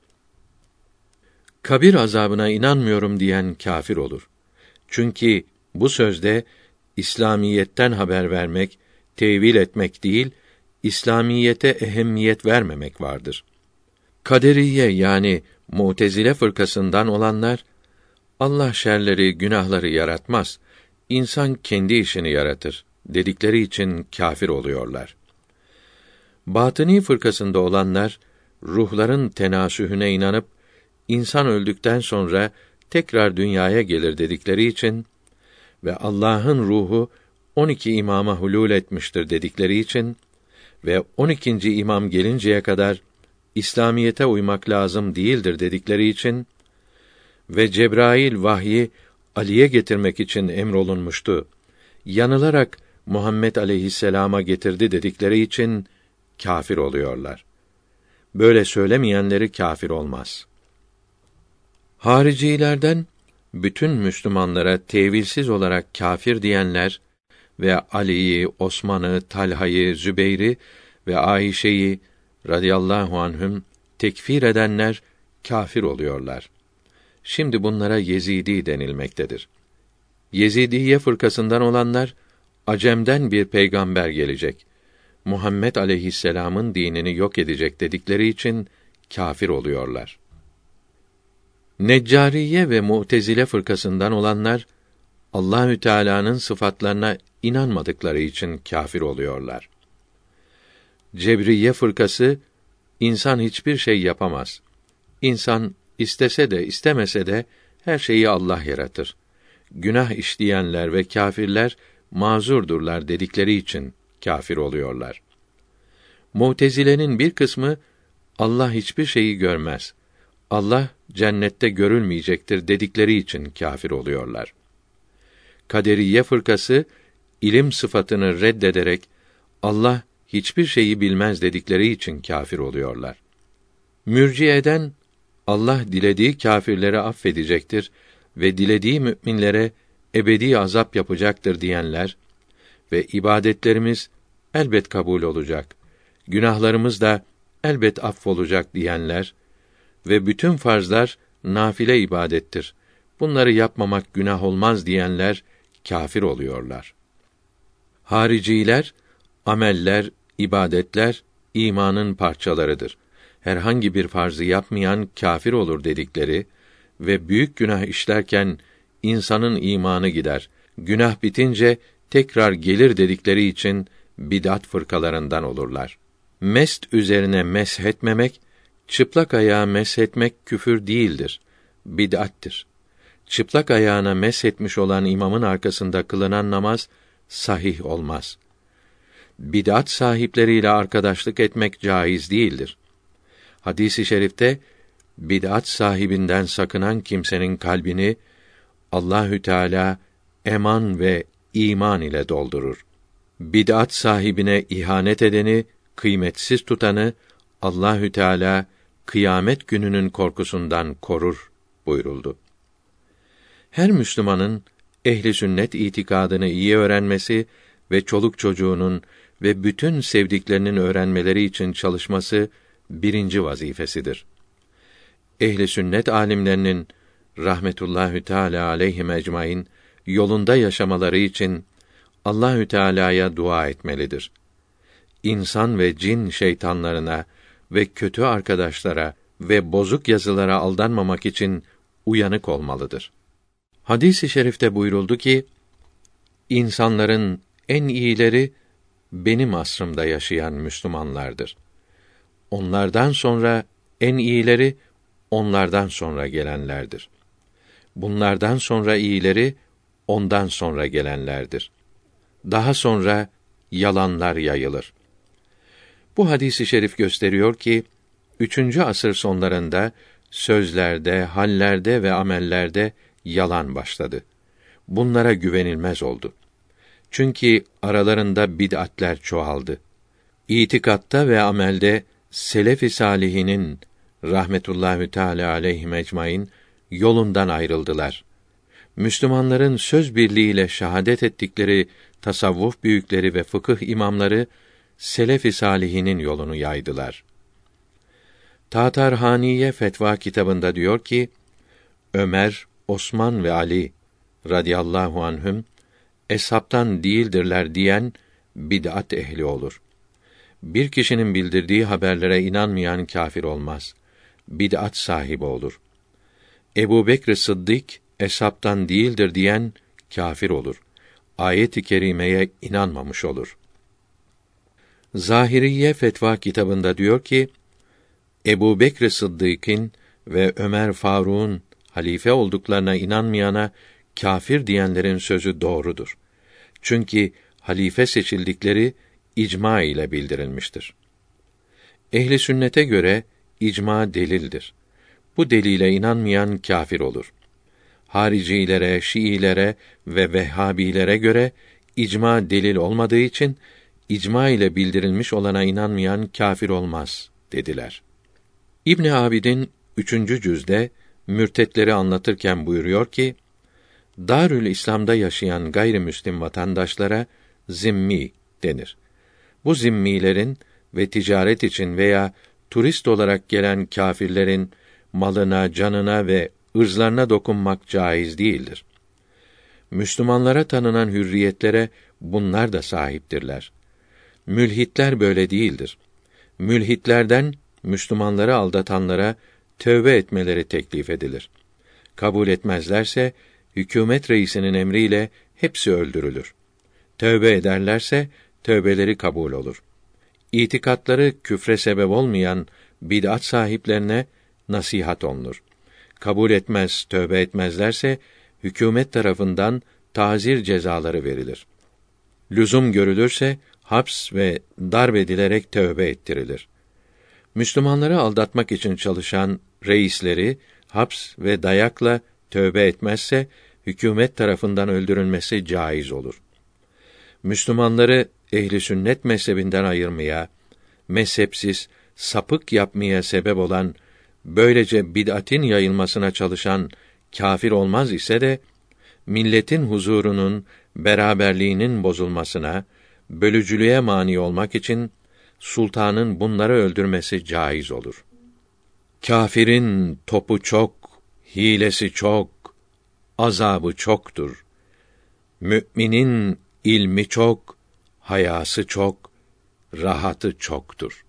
Kabir azabına inanmıyorum diyen kâfir olur. Çünkü bu sözde İslamiyetten haber vermek, tevil etmek değil, İslamiyete ehemmiyet vermemek vardır. Kaderiye yani Mu'tezile fırkasından olanlar, Allah şerleri, günahları yaratmaz, insan kendi işini yaratır dedikleri için kâfir oluyorlar. Batini fırkasında olanlar, ruhların tenasühüne inanıp, insan öldükten sonra tekrar dünyaya gelir dedikleri için ve Allah'ın ruhu 12 imama hulûl etmiştir dedikleri için ve 12. imam gelinceye kadar İslamiyete uymak lazım değildir dedikleri için ve Cebrail vahyi Ali'ye getirmek için emrolunmuştu. Yanılarak Muhammed aleyhisselama getirdi dedikleri için kâfir oluyorlar. Böyle söylemeyenleri kâfir olmaz. Haricilerden bütün Müslümanlara tevilsiz olarak kâfir diyenler ve Ali'yi, Osman'ı, Talha'yı, Zübeyr'i ve Ayşe'yi radıyallahu anhüm tekfir edenler kâfir oluyorlar. Şimdi bunlara Yezidi denilmektedir. Yezidiye fırkasından olanlar Acem'den bir peygamber gelecek. Muhammed aleyhisselam'ın dinini yok edecek dedikleri için kâfir oluyorlar. Neccariye ve Mu'tezile fırkasından olanlar Allahü Teala'nın sıfatlarına inanmadıkları için kâfir oluyorlar. Cebriye fırkası insan hiçbir şey yapamaz. İnsan istese de istemese de her şeyi Allah yaratır. Günah işleyenler ve kâfirler mazurdurlar dedikleri için kâfir oluyorlar. Mu'tezile'nin bir kısmı Allah hiçbir şeyi görmez. Allah cennette görülmeyecektir dedikleri için kâfir oluyorlar. Kaderiye fırkası ilim sıfatını reddederek Allah hiçbir şeyi bilmez dedikleri için kâfir oluyorlar. Mürciye'den Allah dilediği kâfirleri affedecektir ve dilediği müminlere ebedi azap yapacaktır diyenler ve ibadetlerimiz elbet kabul olacak, günahlarımız da elbet affolacak diyenler ve bütün farzlar nafile ibadettir. Bunları yapmamak günah olmaz diyenler kâfir oluyorlar. Hariciler ameller, ibadetler imanın parçalarıdır. Herhangi bir farzı yapmayan kâfir olur dedikleri ve büyük günah işlerken insanın imanı gider, günah bitince tekrar gelir dedikleri için bid'at fırkalarından olurlar. Mest üzerine meshetmemek, çıplak ayağı meshetmek küfür değildir, bid'attir. Çıplak ayağına meshetmiş olan imamın arkasında kılınan namaz sahih olmaz. Bid'at sahipleriyle arkadaşlık etmek caiz değildir. Hadis-i şerifte bid'at sahibinden sakınan kimsenin kalbini Allahü Teala eman ve iman ile doldurur. Bid'at sahibine ihanet edeni, kıymetsiz tutanı Allahü Teala kıyamet gününün korkusundan korur buyuruldu. Her Müslümanın ehli sünnet itikadını iyi öğrenmesi ve çoluk çocuğunun ve bütün sevdiklerinin öğrenmeleri için çalışması birinci vazifesidir. Ehli sünnet alimlerinin rahmetullahi teala aleyhim ecmaîn yolunda yaşamaları için Allahü Teala'ya dua etmelidir. İnsan ve cin şeytanlarına ve kötü arkadaşlara ve bozuk yazılara aldanmamak için uyanık olmalıdır. Hadis-i şerifte buyuruldu ki, insanların en iyileri benim asrımda yaşayan Müslümanlardır. Onlardan sonra en iyileri onlardan sonra gelenlerdir. Bunlardan sonra iyileri ondan sonra gelenlerdir. Daha sonra yalanlar yayılır. Bu hadis-i şerif gösteriyor ki 3. asır sonlarında sözlerde, hallerde ve amellerde yalan başladı. Bunlara güvenilmez oldu. Çünkü aralarında bid'atler çoğaldı. İtikatta ve amelde selef-i salihinin rahmetullahi teala aleyhim ecmaîn yolundan ayrıldılar. Müslümanların söz birliğiyle şahadet ettikleri tasavvuf büyükleri ve fıkıh imamları selef-i salihinin yolunu yaydılar. Tatarhaniye Fetva kitabında diyor ki, Ömer, Osman ve Ali radıyallahu anhüm eshabtan değildirler diyen bid'at ehli olur. Bir kişinin bildirdiği haberlere inanmayan kâfir olmaz. Bid'at sahibi olur. Ebu Bekr Sıddık eshabtan değildir diyen kâfir olur. Ayet-i kerimeye inanmamış olur. Zahiriye Fetva kitabında diyor ki, Ebu Bekr Sıddık'ın ve Ömer Faruk'un halife olduklarına inanmayana kâfir diyenlerin sözü doğrudur. Çünkü halife seçildikleri icma ile bildirilmiştir. Ehli sünnete göre icma delildir. Bu delile inanmayan kâfir olur. Haricilere, Şiilere ve Vehhabilere göre icma delil olmadığı için icma ile bildirilmiş olana inanmayan kâfir olmaz dediler. İbn Abidin 3. cüzde mürtetleri anlatırken buyuruyor ki, Darül İslam'da yaşayan gayrimüslim vatandaşlara zimmi denir. Bu zimmilerin ve ticaret için veya turist olarak gelen kâfirlerin malına, canına ve ırzlarına dokunmak caiz değildir. Müslümanlara tanınan hürriyetlere bunlar da sahiptirler. Mülhitler böyle değildir. Mülhitlerden Müslümanları aldatanlara tövbe etmeleri teklif edilir. Kabul etmezlerse hükümet reisinin emriyle hepsi öldürülür. Tövbe ederlerse tövbeleri kabul olur. İtikatları küfre sebep olmayan bid'at sahiplerine nasihat olunur. Kabul etmez, tövbe etmezlerse hükümet tarafından tazir cezaları verilir. Lüzum görülürse haps ve darp edilerek tövbe ettirilir. Müslümanları aldatmak için çalışan reisleri haps ve dayakla tövbe etmezse hükümet tarafından öldürülmesi caiz olur. Müslümanları ehli sünnet mezhebinden ayırmaya, mezhepsiz, sapık yapmaya sebep olan, böylece bid'atin yayılmasına çalışan kâfir olmaz ise de milletin huzurunun, beraberliğinin bozulmasına, bölücülüğe mani olmak için sultanın bunları öldürmesi caiz olur. Kâfirin topu çok, hilesi çok, azabı çoktur. Müminin ilmi çok, hayası çok, rahatı çoktur.